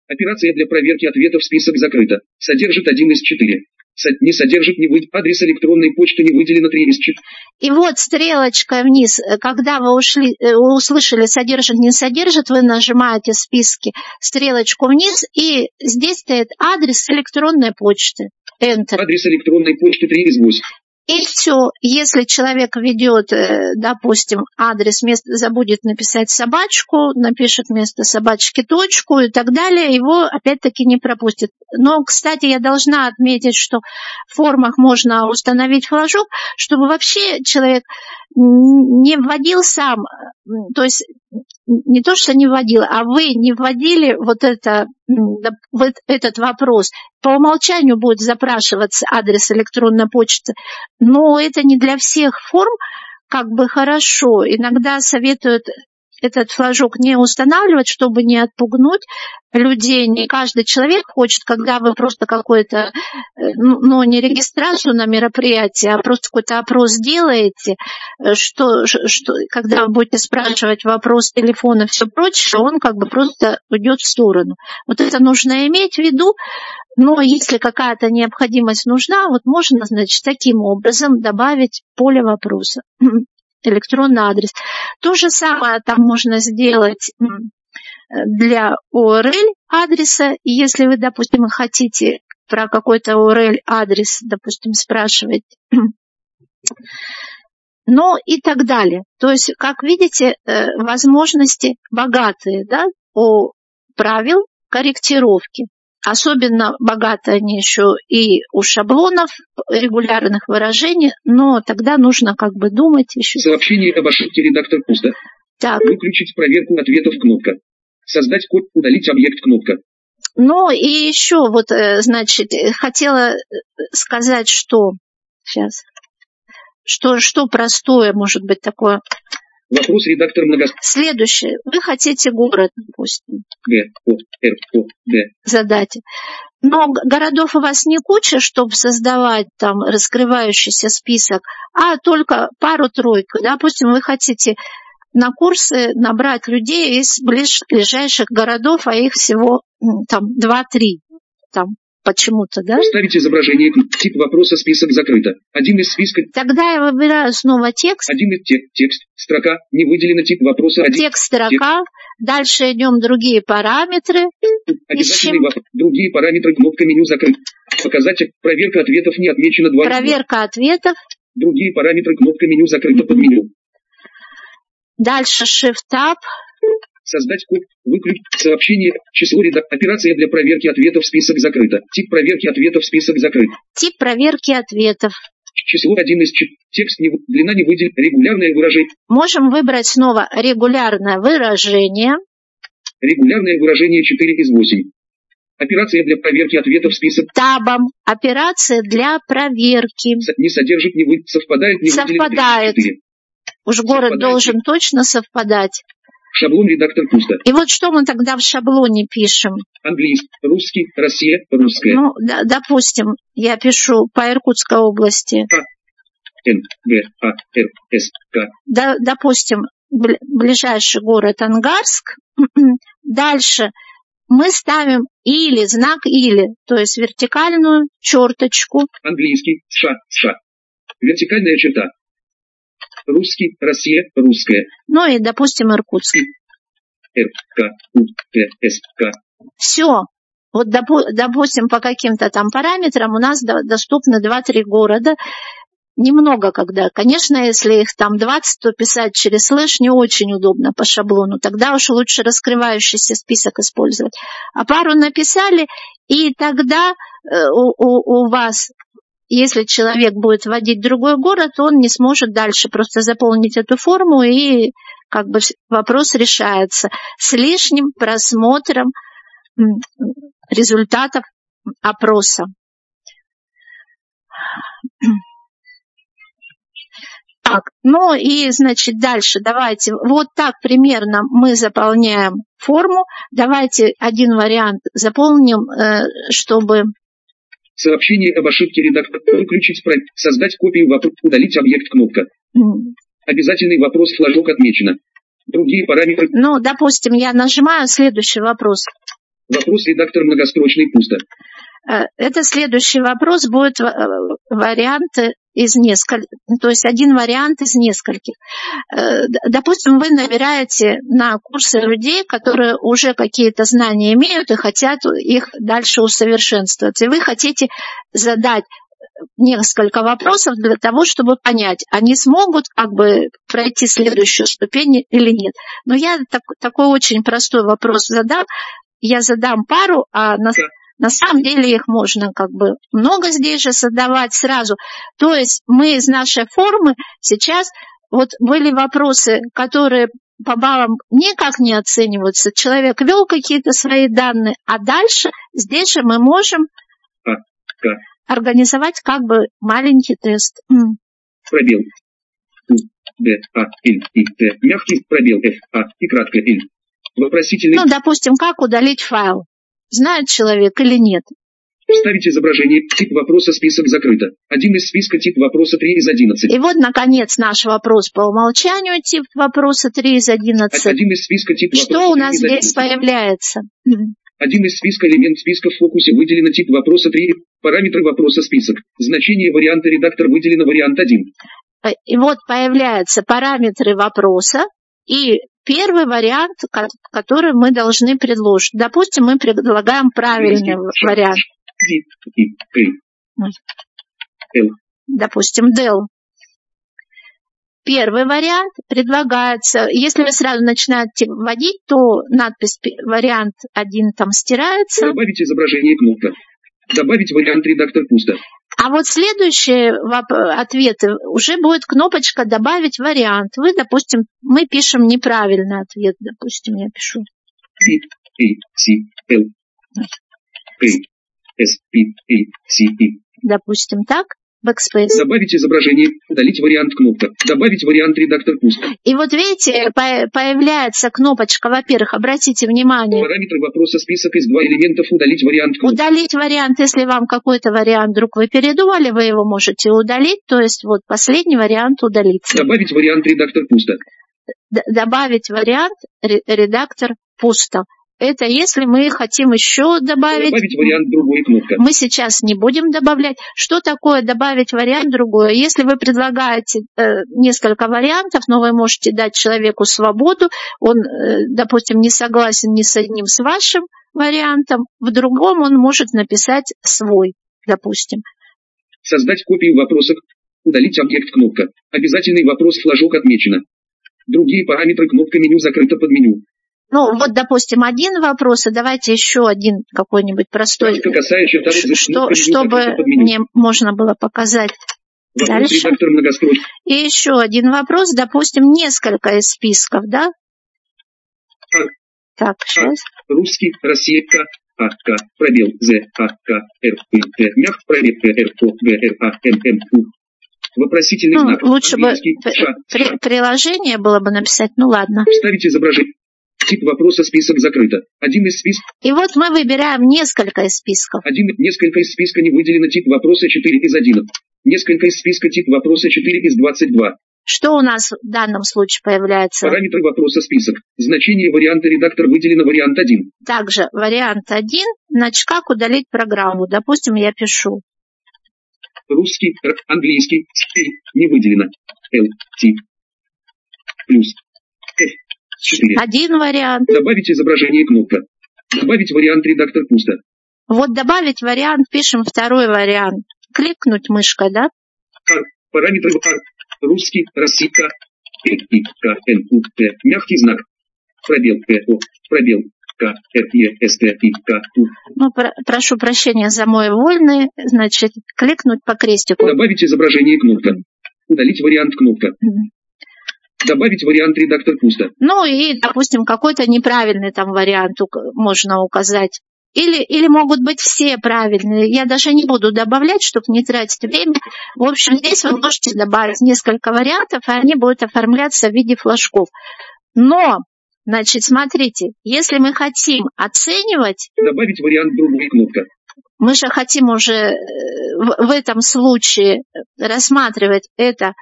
S2: Операция для проверки ответов список закрыта. Содержит один из четыре. Со- не содержит не вы... адрес электронной почты не выделено три из четыре.
S1: И вот стрелочка вниз, когда вы ушли, вы услышали содержит, не содержит, вы нажимаете в списке стрелочку вниз, и здесь стоит адрес электронной почты. Enter.
S2: Адрес электронной почты три из восьми.
S1: И все, если человек ведет, допустим, адрес, вместо, забудет написать собачку, напишет вместо собачки точку и так далее, его опять-таки не пропустит. Но, кстати, я должна отметить, что в формах можно установить флажок, чтобы вообще человек не вводил сам, то есть не то, что не вводил, а вы не вводили вот, это, вот этот вопрос. По умолчанию будет запрашиваться адрес электронной почты, но это не для всех форм как бы хорошо. Иногда советуют этот флажок не устанавливать, чтобы не отпугнуть людей. Не каждый человек хочет, когда вы просто какой-то, ну, не регистрацию на мероприятие, а просто какой-то опрос делаете, что, что когда вы будете спрашивать вопрос телефона и все прочее, он как бы просто уйдет в сторону. Вот это нужно иметь в виду. Но если какая-то необходимость нужна, вот можно, значит, таким образом добавить поле вопроса, электронный адрес. То же самое там можно сделать для ю ар эл адреса. Если вы, допустим, хотите про какой-то ю ар эл адрес, допустим, спрашивать, ну и так далее. То есть, как видите, возможности богатые, да, у правил корректировки. Особенно богаты они еще и у шаблонов, регулярных выражений, но тогда нужно как бы думать еще.
S2: Сообщение об ошибке редактор пусто.
S1: Так.
S2: Выключить проверку ответов кнопка. Создать код, удалить объект кнопка.
S1: Ну и еще вот, значит, хотела сказать, что сейчас, что, что простое может быть такое.
S2: Вопрос редактор много...
S1: Следующее. Вы хотите город, допустим.
S2: Г, О, Р, О, Д.
S1: Задать. Но городов у вас не куча, чтобы создавать там раскрывающийся список, а только пару-тройку. Допустим, вы хотите на курсы набрать людей из ближ... ближайших городов, а их всего там два-три. Там почему-то, да?
S2: Вставить изображение, тип вопроса, список закрыто. Один из списка.
S1: Тогда я выбираю снова текст.
S2: Один из те, текст, строка, не выделено тип вопроса. Один.
S1: Текст, строка. Текст. Дальше идем другие параметры.
S2: Обязательный вопрос. Другие параметры, кнопка меню закрыт. Показатель, проверка ответов не отмечено два.
S1: Проверка ответов.
S2: Другие параметры, кнопка меню закрыта под меню.
S1: Дальше Shift-Tab.
S2: Создать код, выключить сообщение, число редак, операция для проверки ответов, список закрыто. Тип проверки ответов, список закрыт.
S1: Тип проверки ответов.
S2: Число один из четырех, текст, не, длина не выделена, регулярное выражение.
S1: Можем выбрать снова регулярное выражение.
S2: Регулярное выражение четыре из восьми. Операция для проверки ответов, список.
S1: Табом. Операция для проверки.
S2: С, не содержит, не вы, совпадает, не
S1: совпадает.
S2: выделено.
S1: Уж город совпадает. Должен точно совпадать.
S2: Шаблон редактор пусто.
S1: И вот что мы тогда в шаблоне пишем?
S2: Английский, русский, Россия, русская.
S1: Ну, да, допустим, я пишу по Иркутской области.
S2: А, Н, Г, А, Р, С, К.
S1: Да, допустим, бл- ближайший город Ангарск. Дальше мы ставим или, знак или, то есть вертикальную черточку.
S2: Английский, США, США. Вертикальная черта. Русский, Россия, русская.
S1: Ну и, допустим, Иркутск.
S2: Р, К, У, Т, С, К.
S1: Все. Вот, допу- допустим, по каким-то там параметрам у нас до- доступны два-три города. Немного когда. Конечно, если их там двадцать, то писать через слэш не очень удобно по шаблону. Тогда уж лучше раскрывающийся список использовать. А пару написали, и тогда э, у, у, у вас... Если человек будет вводить другой город, он не сможет дальше просто заполнить эту форму, и как бы вопрос решается с лишним просмотром результатов опроса. Так, ну и, значит, дальше давайте, вот так примерно мы заполняем форму. Давайте один вариант заполним, чтобы...
S2: Сообщение об ошибке редактора. Выключить проект. Создать копию вопроса. Удалить объект кнопка. Mm. Обязательный вопрос флажок отмечено. Другие параметры.
S1: Ну, допустим, я нажимаю следующий вопрос.
S2: Вопрос редактор многострочный пусто.
S1: Это следующий вопрос, будет варианты из нескольких, то есть один вариант из нескольких. Допустим, вы набираете на курсы людей, которые уже какие-то знания имеют и хотят их дальше усовершенствовать. И вы хотите задать несколько вопросов для того, чтобы понять, они смогут как бы пройти следующую ступень или нет. Но я так, такой очень простой вопрос задам. Я задам пару, а на, на самом деле их можно как бы много здесь же задавать сразу. То есть мы из нашей формы сейчас, вот были вопросы, которые по баллам никак не оцениваются. Человек ввел какие-то свои данные, а дальше здесь же мы можем организовать как бы маленький тест.
S2: Пробел. У, Д, А, Л, И, Т. Мягкий пробел F, А и краткое L. Вопросительный.
S1: Ну, допустим, как удалить файл? Знает человек или нет?
S2: Вставить изображение. Тип вопроса список закрыто. Один из списка тип вопроса три из одиннадцати.
S1: И вот, наконец, наш вопрос по умолчанию тип вопроса три из одиннадцати.
S2: Один из списка тип вопроса.
S1: Что у нас здесь появляется?
S2: Один из списка элемент списка в фокусе выделено тип вопроса три. Параметры вопроса список. Значение варианта редактор выделено вариант один.
S1: И вот появляются параметры вопроса и первый вариант, который мы должны предложить. Допустим, мы предлагаем правильный вариант. Допустим, дел. Первый вариант предлагается, если вы сразу начинаете вводить, то надпись вариант один там стирается.
S2: Добавить изображение кнопка. Добавить вариант редактор пусто.
S1: А вот следующие ответы уже будет кнопочка «Добавить вариант». Вы, допустим, мы пишем неправильный ответ. Допустим, я пишу.
S2: C, A, C, L, K, S, P, A, C, E.
S1: Допустим, так. Backspace.
S2: Добавить изображение, удалить вариант кнопка, добавить вариант редактор пусто.
S1: И вот видите, появляется кнопочка, во-первых, обратите внимание.
S2: Параметры вопроса список из два элементов, удалить вариант кнопка.
S1: Удалить вариант, если вам какой-то вариант вдруг вы передумали, вы его можете удалить, то есть вот последний вариант удалится.
S2: Добавить вариант редактор пусто.
S1: Д- добавить вариант редактор пусто. Это если мы хотим еще добавить.
S2: Добавить вариант другой кнопка.
S1: Мы сейчас не будем добавлять. Что такое добавить вариант другой? Если вы предлагаете э, несколько вариантов, но вы можете дать человеку свободу, он, э, допустим, не согласен ни с одним с вашим вариантом, в другом он может написать свой, допустим.
S2: Создать копию вопросов. Удалить объект кнопка. Обязательный вопрос флажок отмечено. Другие параметры кнопка меню закрыто под меню.
S1: Ну, вот, допустим, один вопрос, и давайте еще один какой-нибудь простой, что, чтобы мне можно было показать
S2: вопрос
S1: дальше. И еще один вопрос, допустим, несколько из списков, да?
S2: А,
S1: так, сейчас.
S2: А, русский, Россия, К, А, К, пробел, З, А, К, Р, П, Т, мягк, пробел, Р, П, Г, Р, А, М, М, У. Вопросительный
S1: ну,
S2: знак.
S1: Лучше бы при, приложение было бы написать, ну ладно.
S2: Вставить изображение. Тип вопроса список закрыто. Один из списков.
S1: И вот мы выбираем несколько из списков.
S2: Один, несколько из списка не выделено тип вопроса четыре из одиннадцати. Несколько из списка тип вопроса четыре из двадцати двух.
S1: Что у нас в данном случае появляется?
S2: Параметры вопроса список. Значение варианта редактор выделено вариант один.
S1: Также вариант один. Значит, как удалить программу? Допустим, я пишу.
S2: Русский, английский, не выделено. L, T, плюс, F. четыре.
S1: Один вариант.
S2: Добавить изображение кнопка. Добавить вариант редактор пусто.
S1: Вот добавить вариант, пишем второй вариант. Кликнуть мышкой, да?
S2: Ар, параметры ар, русский, российка, Л, И, К, Н, У, Т, мягкий знак. Пробел, П, О, пробел, К, Р, Е, С, Т, И, К, У.
S1: Ну, про, прошу прощения за мой вольный, значит, кликнуть по крестику.
S2: Добавить изображение кнопка. Удалить вариант кнопка.
S1: Mm-hmm.
S2: Добавить вариант редактор пусто.
S1: Ну и, допустим, какой-то неправильный там вариант можно указать. Или, или могут быть все правильные. Я даже не буду добавлять, чтобы не тратить время. В общем, здесь вы можете добавить несколько вариантов, и они будут оформляться в виде флажков. Но, значит, смотрите, если мы хотим оценивать...
S2: Добавить вариант другой кнопка.
S1: Мы же хотим уже в, в этом случае рассматривать это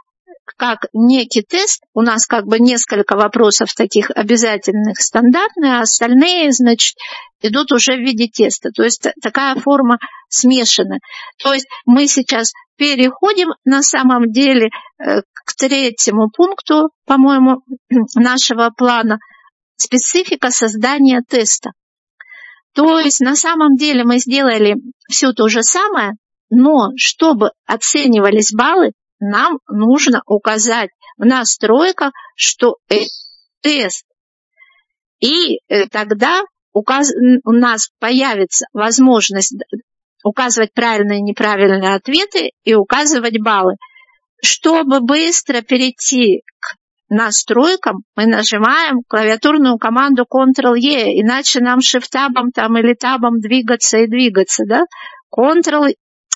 S1: как некий тест. У нас как бы несколько вопросов таких обязательных, стандартных, а остальные, значит, идут уже в виде теста. То есть такая форма смешана. То есть мы сейчас переходим на самом деле к третьему пункту, по-моему, нашего плана. Специфика создания теста. То есть на самом деле мы сделали все то же самое, но чтобы оценивались баллы, нам нужно указать в настройках, что это тест. И тогда указ... у нас появится возможность указывать правильные и неправильные ответы и указывать баллы. Чтобы быстро перейти к настройкам, мы нажимаем клавиатурную команду контрол-е, иначе нам шифт-табом там или табом двигаться и двигаться, да? Контрол,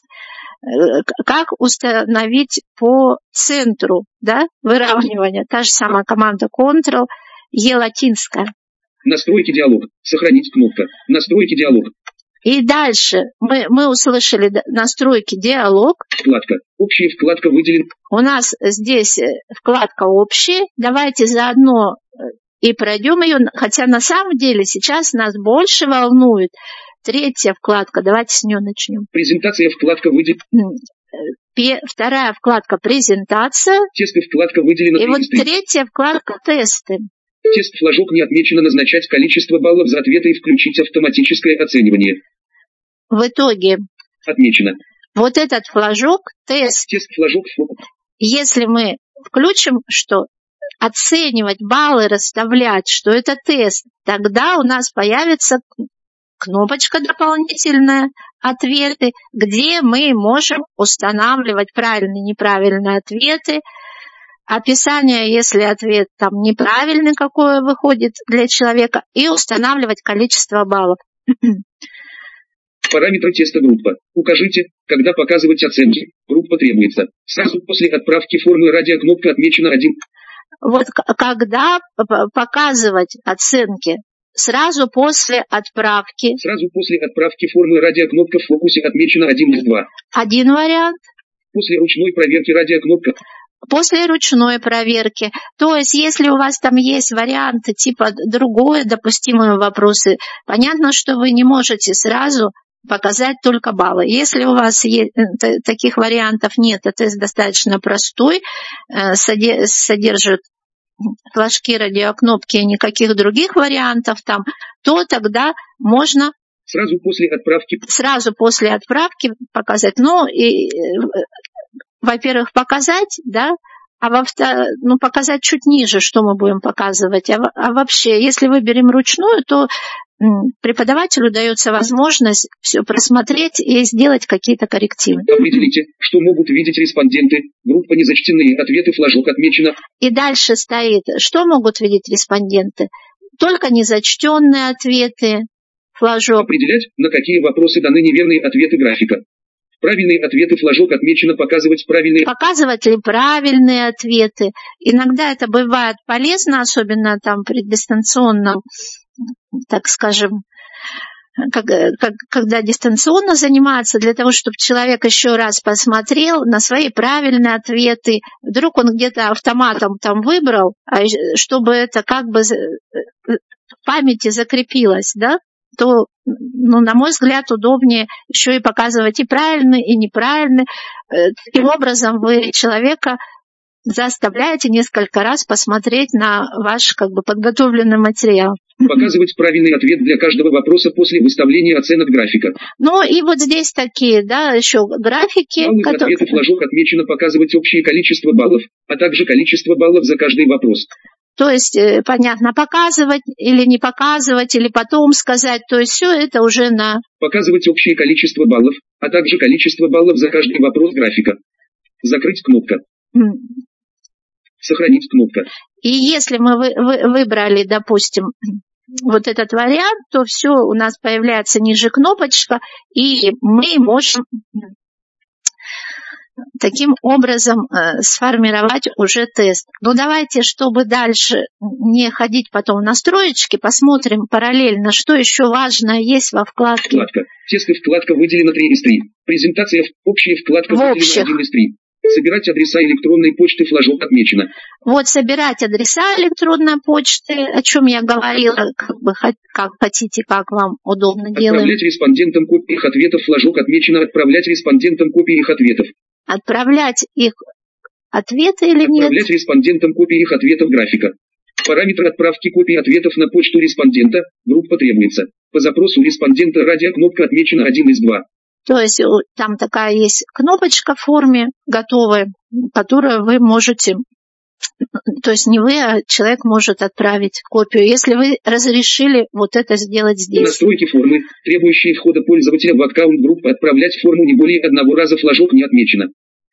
S1: как установить по центру, да, выравнивания, та же самая команда контрол-е латинская.
S2: Настройки диалог, сохранить кнопка, настройки диалог.
S1: И дальше мы, мы услышали настройки диалог.
S2: Вкладка. Общая вкладка выделена.
S1: У нас здесь вкладка общая. Давайте заодно и пройдем ее. Хотя на самом деле сейчас нас больше волнует третья вкладка. Давайте с нее начнем.
S2: Презентация вкладка выделена.
S1: Вторая вкладка презентация.
S2: Тесты вкладка выделена.
S1: И вот третья вкладка тесты.
S2: Тест-флажок не отмечено, назначать количество баллов за ответы и включить автоматическое оценивание.
S1: В итоге
S2: отмечено.
S1: Вот этот флажок, тест,
S2: тест-флажок,
S1: если мы включим, что оценивать баллы, расставлять, что это тест, тогда у нас появится кнопочка дополнительная, ответы, где мы можем устанавливать правильные и неправильные ответы, описание, если ответ там неправильный, какое выходит для человека, и устанавливать количество баллов.
S2: Параметры теста группа. Укажите, когда показывать оценки. Группа требуется. Сразу после отправки формы радиокнопка отмечена один.
S1: Вот когда показывать оценки? Сразу после отправки.
S2: Сразу после отправки формы радиокнопка в фокусе отмечена один из два.
S1: Один вариант.
S2: После ручной проверки радиокнопка.
S1: После ручной проверки. То есть, если у вас там есть варианты типа другое, допустимые вопросы, понятно, что вы не можете сразу показать только баллы. Если у вас есть, таких вариантов нет, а тест достаточно простой, содержит флажки, радиокнопки и никаких других вариантов там, то тогда можно
S2: сразу после отправки,
S1: сразу после отправки показать. Ну, и, во-первых, показать, да, а во-вторых, ну, показать чуть ниже, что мы будем показывать. А, а вообще, если выберем ручную, то преподавателю дается возможность все просмотреть и сделать какие-то коррективы.
S2: Определите, что могут видеть респонденты. Группа незачтенные ответы, флажок отмечено.
S1: И дальше стоит, что могут видеть респонденты. Только незачтенные ответы, флажок.
S2: Определять, на какие вопросы даны неверные ответы графика. Правильные ответы, флажок отмечено, показывать правильные.
S1: Показывать ли правильные ответы. Иногда это бывает полезно, особенно там при дистанционном, так скажем, как, как, когда дистанционно заниматься, для того, чтобы человек еще раз посмотрел на свои правильные ответы. Вдруг он где-то автоматом там выбрал, а чтобы это как бы в памяти закрепилось, да, то, ну, на мой взгляд, удобнее еще и показывать и правильные, и неправильные. Таким образом, вы человека заставляете несколько раз посмотреть на ваш как бы подготовленный материал.
S2: Показывать правильный ответ для каждого вопроса после выставления оценок графика.
S1: Ну и вот здесь такие, да, еще графики.
S2: Баллы которые... ответы, флажок отмечено, показывать общее количество баллов, а также количество баллов за каждый вопрос.
S1: То есть, понятно, показывать или не показывать, или потом сказать. То есть все это уже на...
S2: Показывать общее количество баллов, а также количество баллов за каждый вопрос графика. Закрыть кнопка. Mm. Сохранить кнопка.
S1: И если мы вы, вы, выбрали, допустим, вот этот вариант, то все, у нас появляется ниже кнопочка, и мы можем таким образом э, сформировать уже тест. Но давайте, чтобы дальше не ходить потом в настроечки, посмотрим параллельно, что еще важное есть во вкладке.
S2: Вкладка. Тесты, вкладка выделена три из три. Презентация, общая вкладка
S1: в
S2: выделена
S1: общих.
S2: один из три. Собирать адреса электронной почты, флажок отмечено.
S1: Вот собирать адреса электронной почты, о чем я говорила, как, бы, как хотите, как вам удобно делаем.
S2: Отправлять респондентам копии их ответов, флажок отмечено. Отправлять респондентам копии их ответов.
S1: Отправлять их ответы или нет?
S2: Отправлять респондентам копии их ответов, графика. Параметр отправки копий ответов на почту респондента. Группа требуется. По запросу респондента радио кнопка отмечена один из двух.
S1: То есть там такая есть кнопочка в форме готовая, которую вы можете, то есть не вы, а человек может отправить копию, если вы разрешили вот это сделать здесь.
S2: Настройки формы, требующие входа пользователя в аккаунт группы, отправлять форму не более одного раза, флажок не отмечено.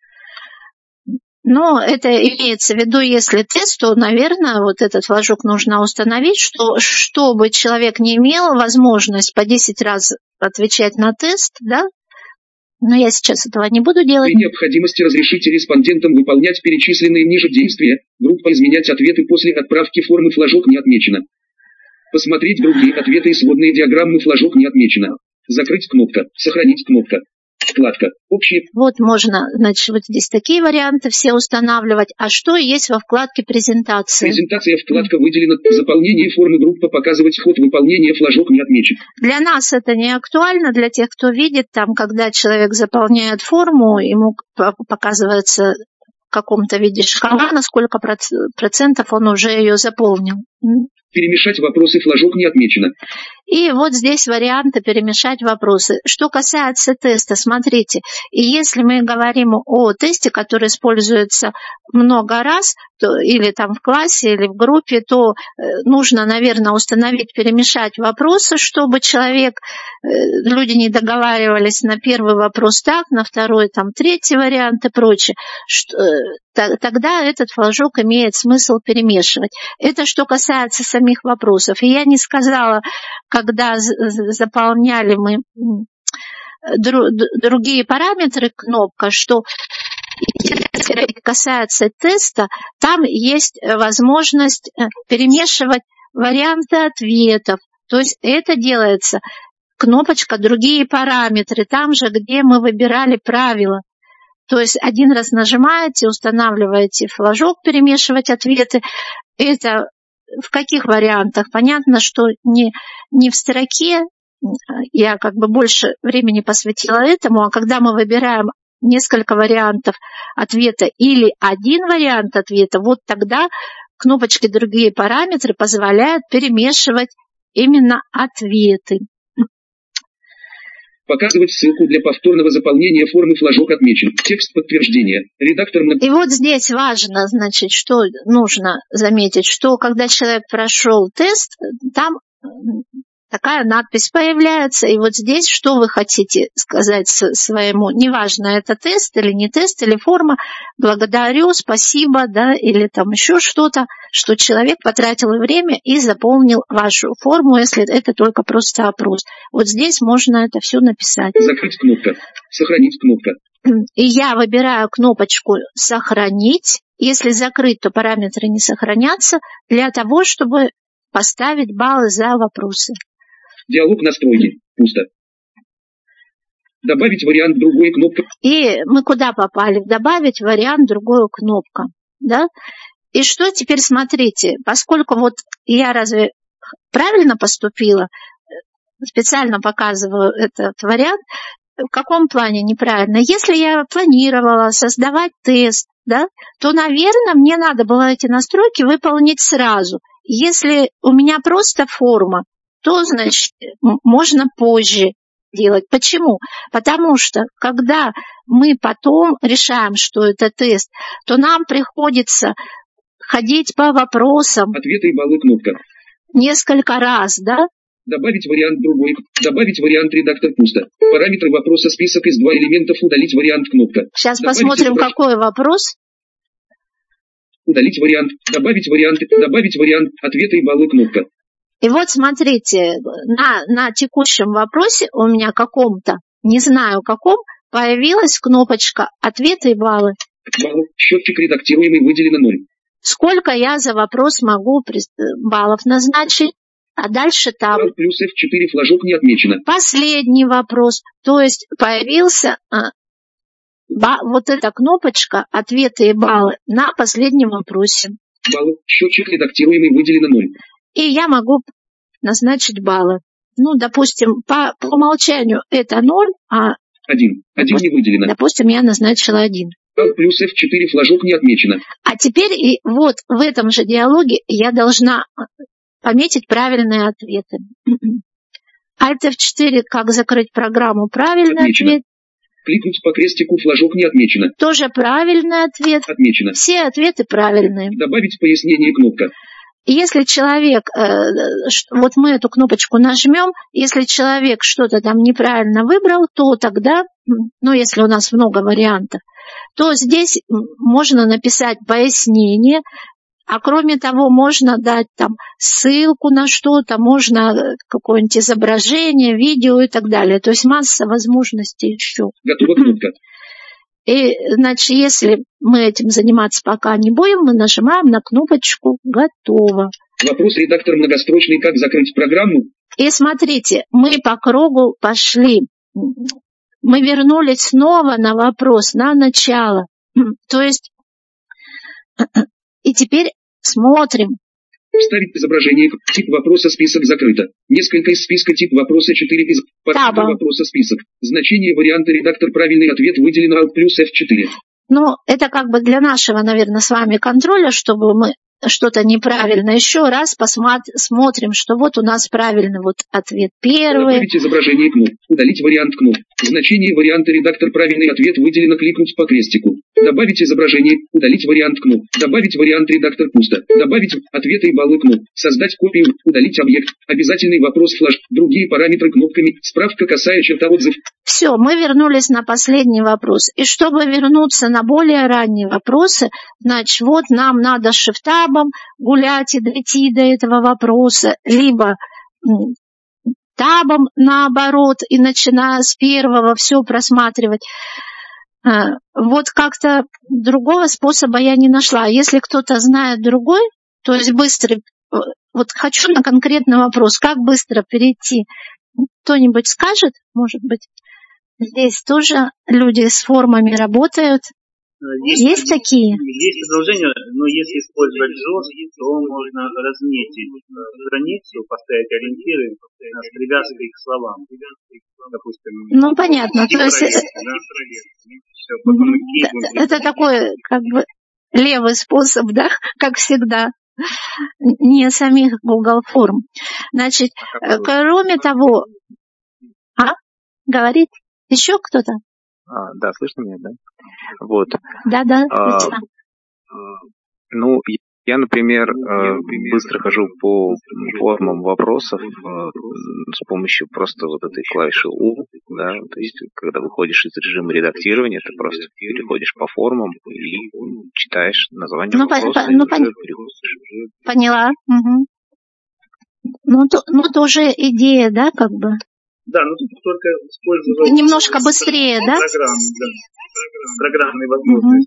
S1: Но это имеется в виду, если тест, то, наверное, вот этот флажок нужно установить, что, чтобы человек не имел возможность по десять раз отвечать на тест, да? Но я сейчас этого не буду делать.
S2: При необходимости разрешите респондентам выполнять перечисленные ниже действия. Группа изменять ответы после отправки формы, флажок не отмечено. Посмотреть другие ответы и сводные диаграммы, флажок не отмечено. Закрыть кнопка. Сохранить кнопка. Вкладка. Общие.
S1: Вот можно, значит, вот здесь такие варианты все устанавливать. А что есть во вкладке презентации?
S2: Презентация, вкладка выделена. Заполнение формы, группа показывать ход выполнения, флажок не отмечен.
S1: Для нас это не актуально, для тех, кто видит, там, когда человек заполняет форму, ему показывается в каком-то виде шкала, на сколько процентов он уже ее заполнил.
S2: Перемешать вопросы, флажок не отмечено.
S1: И вот здесь варианты перемешать вопросы. Что касается теста, смотрите, и если мы говорим о тесте, который используется много раз, то, или там в классе, или в группе, то нужно, наверное, установить перемешать вопросы, чтобы человек, люди не договаривались на первый вопрос так, на второй, там, третий вариант и прочее. Что, тогда этот флажок имеет смысл перемешивать. Это что касается самих вопросов. И я не сказала, когда заполняли мы другие параметры кнопка, что если касается теста, там есть возможность перемешивать варианты ответов. То есть это делается кнопочка «Другие параметры», там же, где мы выбирали правила. То есть один раз нажимаете, устанавливаете флажок «Перемешивать ответы». Это в каких вариантах? Понятно, что не, не в строке, я как бы больше времени посвятила этому, а когда мы выбираем несколько вариантов ответа или один вариант ответа, вот тогда кнопочки «Другие параметры» позволяют перемешивать именно ответы.
S2: Показывать ссылку для повторного заполнения формы, флажок отмечен. Текст подтверждения. Редактор...
S1: И вот здесь важно, значит, что нужно заметить, что когда человек прошел тест, там такая надпись появляется, и вот здесь что вы хотите сказать своему, неважно, это тест или не тест, или форма, благодарю, спасибо, да, или там еще что-то, что человек потратил время и заполнил вашу форму, если это только просто опрос. Вот здесь можно это все написать.
S2: Закрыть кнопка, сохранить кнопка.
S1: И я выбираю кнопочку «Сохранить». Если закрыть, то параметры не сохранятся, для того, чтобы поставить баллы за вопросы.
S2: Диалог настройки. Пусто. Добавить вариант другой кнопка.
S1: И мы куда попали? Добавить вариант другой кнопка. Да? И что теперь смотрите, поскольку вот я разве правильно поступила, специально показываю этот вариант, в каком плане неправильно? Если я планировала создавать тест, да, то, наверное, мне надо было эти настройки выполнить сразу. Если у меня просто форма, то, значит, можно позже делать. Почему? Потому что, когда мы потом решаем, что это тест, то нам приходится ходить по вопросам.
S2: Ответы и баллы кнопка.
S1: Несколько раз, да?
S2: Добавить вариант другой. Добавить вариант редактор пусто. Параметры вопроса список из двух элементов. Удалить вариант кнопка.
S1: Сейчас
S2: Добавить
S1: посмотрим,
S2: изображ...
S1: какой вопрос.
S2: Удалить вариант. Добавить вариант. Добавить вариант. Ответы и баллы кнопка.
S1: И вот смотрите, на, на текущем вопросе у меня каком-то, не знаю каком, появилась кнопочка «Ответы и баллы».
S2: Балл. Счетчик редактируемый выделено ноль.
S1: Сколько я за вопрос могу баллов назначить? А дальше там...
S2: Балл плюс эф четыре, флажок не отмечено.
S1: Последний вопрос. То есть появился... ба- вот эта кнопочка «Ответы и баллы» на последнем вопросе.
S2: Баллы. Счетчик редактируемый выделено ноль.
S1: И я могу назначить баллы. Ну, допустим, по, по умолчанию это ноль, а
S2: один. один не выделено.
S1: Допустим, я назначила один.
S2: Alt плюс эф четыре флажок не отмечено.
S1: А теперь и вот в этом же диалоге я должна пометить правильные ответы. Alt эф четыре, как закрыть программу, правильный
S2: Отмечено.
S1: ответ.
S2: Кликнуть по крестику, флажок не отмечено.
S1: Тоже правильный ответ.
S2: Отмечено.
S1: Все ответы правильные.
S2: Добавить пояснение, кнопка.
S1: Если человек, э, вот мы эту кнопочку нажмем, если человек что-то там неправильно выбрал, то тогда, ну если у нас много вариантов, то здесь можно написать пояснение, а кроме того можно дать там ссылку на что-то, можно какое-нибудь изображение, видео и так далее. То есть масса возможностей еще.
S2: Готова кнопка.
S1: И, значит, если мы этим заниматься пока не будем, мы нажимаем на кнопочку «Готово».
S2: Вопрос редактор многострочный, как закрыть программу?
S1: И смотрите, мы по кругу пошли. Мы вернулись снова на вопрос, на начало. То есть, и теперь смотрим.
S2: Вставить изображение. Тип вопроса список закрыто. Несколько из списка тип вопроса четыре из подтипа вопроса список. Значение варианта редактор правильный ответ выделено Alt плюс эф четыре.
S1: Ну, это как бы для нашего, наверное, с вами контроля, чтобы мы что-то неправильно. Еще раз посмотрим, что вот у нас правильный вот ответ первый.
S2: Добавить изображение кнопку. Удалить вариант кнопку. Значение варианта редактор правильный ответ выделено, кликнуть по крестику. Добавить изображение. Удалить вариант кнопку. Добавить вариант редактор пусто. Добавить ответы и баллы кнопку. Создать копию. Удалить объект. Обязательный вопрос флаж. Другие параметры кнопками. Справка касая черта отзыв.
S1: Все, мы вернулись на последний вопрос. И чтобы вернуться на более ранние вопросы, значит, вот нам надо шифтабом гулять и дойти до этого вопроса, либо табом наоборот, и начиная с первого все просматривать. Вот как-то другого способа я не нашла. Если кто-то знает другой, то есть быстрый, вот хочу на конкретный вопрос, как быстро перейти, кто-нибудь скажет, может быть? Здесь тоже люди с формами работают. Есть, есть такие?
S3: Есть продолжение, но если использовать джоз, то можно разметить страницу, поставить ориентиры с привязкой к словам. Допустим,
S1: ну, понятно. То есть,
S3: проверки, да?
S1: Это, это такой, как бы, левый способ, да, как всегда. Не самих Google форм. Значит, а кроме того... А? Говорит? Еще кто-то?
S4: А, да, слышно меня, да? Вот.
S1: Да, да,
S4: а, Ну, я, например, быстро хожу по формам вопросов с помощью просто вот этой клавиши У, да, то есть, когда выходишь из режима редактирования, ты просто переходишь по формам и читаешь название
S1: ну,
S4: вопроса.
S1: По, ну, пон... Поняла. Угу. Ну, то, ну, тоже идея, да, как бы?
S3: Да, ну тут только использовать...
S1: Немножко быстрее, да?
S3: Программ, да. Программный вопрос.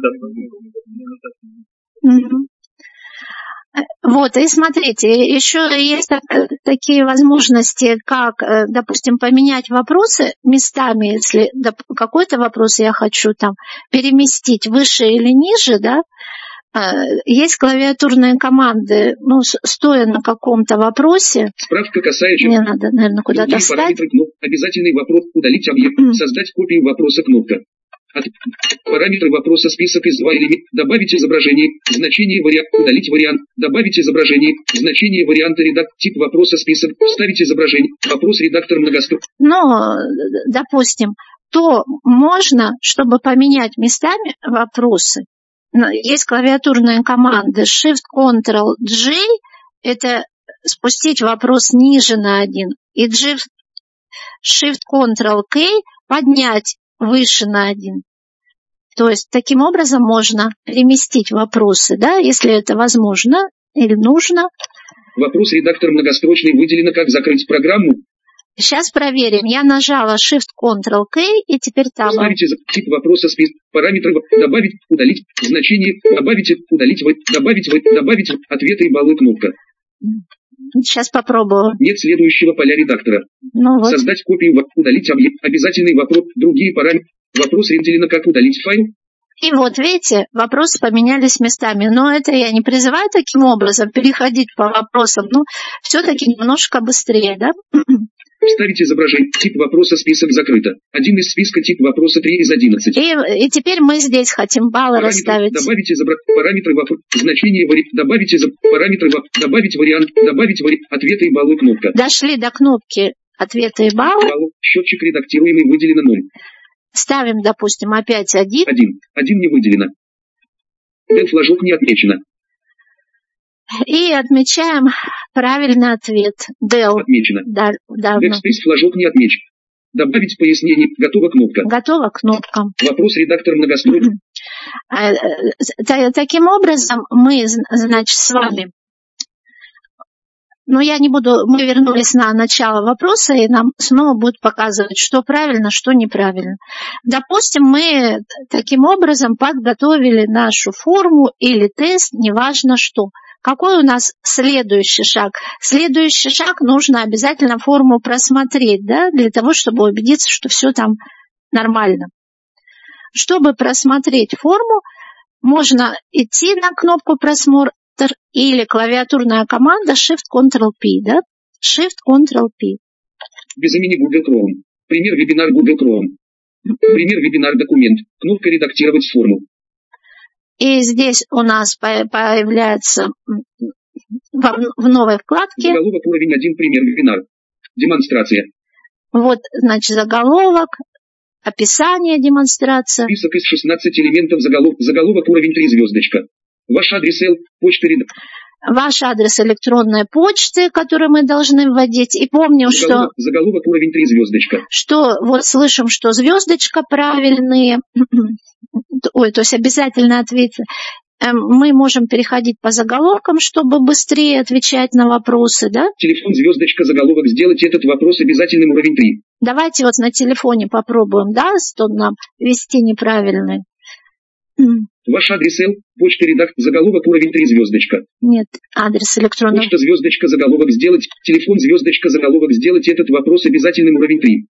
S1: Угу. Угу. Вот, и смотрите, еще есть так, такие возможности, как, допустим, поменять вопросы местами, если какой-то вопрос я хочу там переместить выше или ниже, да, есть клавиатурные команды, ну, стоя на каком-то вопросе.
S2: Справка касающая.
S1: Мне надо, наверное, куда-то встать.
S2: Обязательный вопрос. Удалить объект. Mm. Создать копию вопроса. Кнопка. От... Параметры вопроса. Список из два элемента. Добавить изображение. Значение вариант. Удалить вариант. Добавить изображение. Значение варианта редактор. Тип вопроса. Список. Вставить изображение. Вопрос редактор многострок.
S1: Ну, допустим, то можно, чтобы поменять местами вопросы. Есть клавиатурные команды Shift-Ctrl-J, это спустить вопрос ниже на один, и Shift-Ctrl-K поднять выше на один. То есть таким образом можно переместить вопросы, да, если это возможно или нужно.
S2: Вопрос редактор многострочный выделено, как закрыть программу.
S1: Сейчас проверим. Я нажала Shift-Ctrl-K и теперь там.
S2: Вставите тип вопроса, список, параметры, добавить, удалить, значение, добавить, удалить, добавить, добавить, ответы и баллы, кнопка.
S1: Сейчас попробую.
S2: Нет следующего поля редактора.
S1: Ну вот.
S2: Создать копию, удалить объект, обязательный вопрос, другие параметры. Вопрос Ренделина, как удалить файл?
S1: И вот, видите, вопросы поменялись местами. Но это я не призываю таким образом переходить по вопросам. Ну, все-таки немножко быстрее, да?
S2: Вставить изображение. Тип вопроса список закрыто. Один из списка тип вопроса три из одиннадцати.
S1: И, и теперь мы здесь хотим баллы
S2: Параметры,
S1: расставить.
S2: Добавить изобра... Параметры вопроса. Значение вари... Добавить изоб... Параметры вопроса. Добавить вариант. Добавить вари... Ответы и баллы кнопка.
S1: Дошли до кнопки ответы и баллы.
S2: Балл. Счетчик редактируемый выделено ноль.
S1: Ставим, допустим, опять один.
S2: Один. Один не выделено. Del флажок не отмечено.
S1: И отмечаем правильный ответ. Del.
S2: Отмечено.
S1: Да, давно.
S2: Backspace флажок не отмечен. Добавить пояснение. Готова кнопка.
S1: Готова кнопка.
S2: Вопрос редактор многострочный.
S1: Таким образом, мы, значит, с вами... Но я не буду... Мы вернулись на начало вопроса, и нам снова будет показывать, что правильно, что неправильно. Допустим, мы таким образом подготовили нашу форму или тест, неважно что. Какой у нас следующий шаг? Следующий шаг, нужно обязательно форму просмотреть, да, для того, чтобы убедиться, что все там нормально. Чтобы просмотреть форму, можно идти на кнопку «Просмотр» или клавиатурная команда Shift-Ctrl-P, да? Shift-Ctrl-P.
S2: Без имени Google Chrome. Пример вебинар Google Chrome. Пример вебинар документ. Кнопка «Редактировать форму».
S1: И здесь у нас появляется в новой вкладке.
S2: Заголовок уровень один, пример вебинар. Демонстрация.
S1: Вот, значит, заголовок, описание, демонстрация.
S2: Список из шестнадцати элементов заголовок. Заголовок уровень три звездочка. Ваш адрес L, почта редактор.
S1: Ваш адрес электронной почты, который мы должны вводить. И помню,
S2: заголовок,
S1: что...
S2: Заголовок уровень три звездочка.
S1: Что вот слышим, что звездочка правильные. Ой, то есть обязательно ответьте. Мы можем переходить по заголовкам, чтобы быстрее отвечать на вопросы, да?
S2: Телефон, звездочка, заголовок. Сделать этот вопрос обязательным, уровень три.
S1: Давайте вот на телефоне попробуем, да, что нам ввести неправильный.
S2: Ваш адрес L, почта редактор, заголовок уровень три звездочка.
S1: Нет, адрес электронного.
S2: Почта звездочка, заголовок. Сделать, телефон, звездочка, заголовок. Сделать этот вопрос обязательным, уровень три.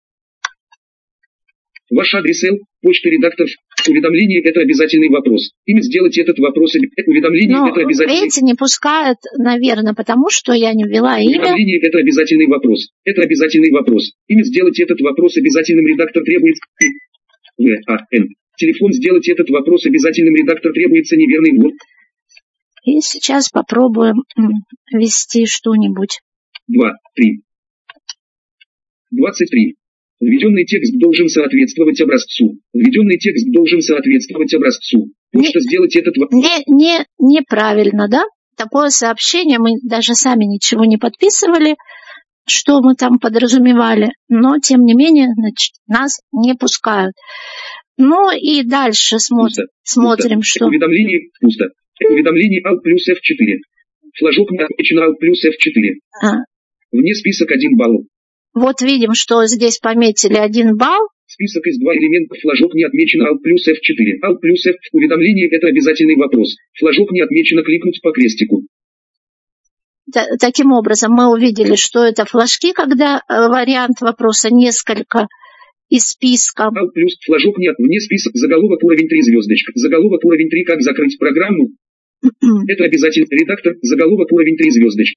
S2: Ваш адрес L, почта редактор, уведомление это обязательный вопрос. Имя сделать этот вопрос, уведомление
S1: Но,
S2: это обязательный.
S1: Видите, не пускают, наверное, потому что я не ввела имя.
S2: Уведомление это обязательный вопрос. Это обязательный вопрос. Имя сделать этот вопрос обязательным, редактор требует. В, А, Н. Телефон сделать этот вопрос обязательным, редактор требуется неверный ввод.
S1: И сейчас попробуем ввести что-нибудь.
S2: два, три. двадцать три. Введенный текст должен соответствовать образцу. Введенный текст должен соответствовать образцу. Почта сделать этот вопрос.
S1: Не, не, неправильно, да? Такое сообщение, мы даже сами ничего не подписывали, что мы там подразумевали, но тем не менее, значит, нас не пускают. Ну и дальше смотрим,
S2: Пусто.
S1: смотрим
S2: Пусто.
S1: что...
S2: Уведомление пусто. Уведомление Alt плюс эф четыре. Флажок не отмечен Alt плюс эф четыре.
S1: А.
S2: Вне список один балл.
S1: Вот видим, что здесь пометили один балл.
S2: Список из два элемента. Флажок не отмечен Alt плюс эф четыре. Alt плюс F. Уведомление это обязательный вопрос. Флажок не отмечено. Кликнуть по крестику.
S1: Т- таким образом мы увидели, что это флажки, когда э, вариант вопроса несколько из списка.
S2: Alt плюс флажок нет. Вне список. Заголовок уровень три звездочка. Заголовок уровень три. Как закрыть программу? Это обязательно. Редактор. Заголовок уровень три звездочка.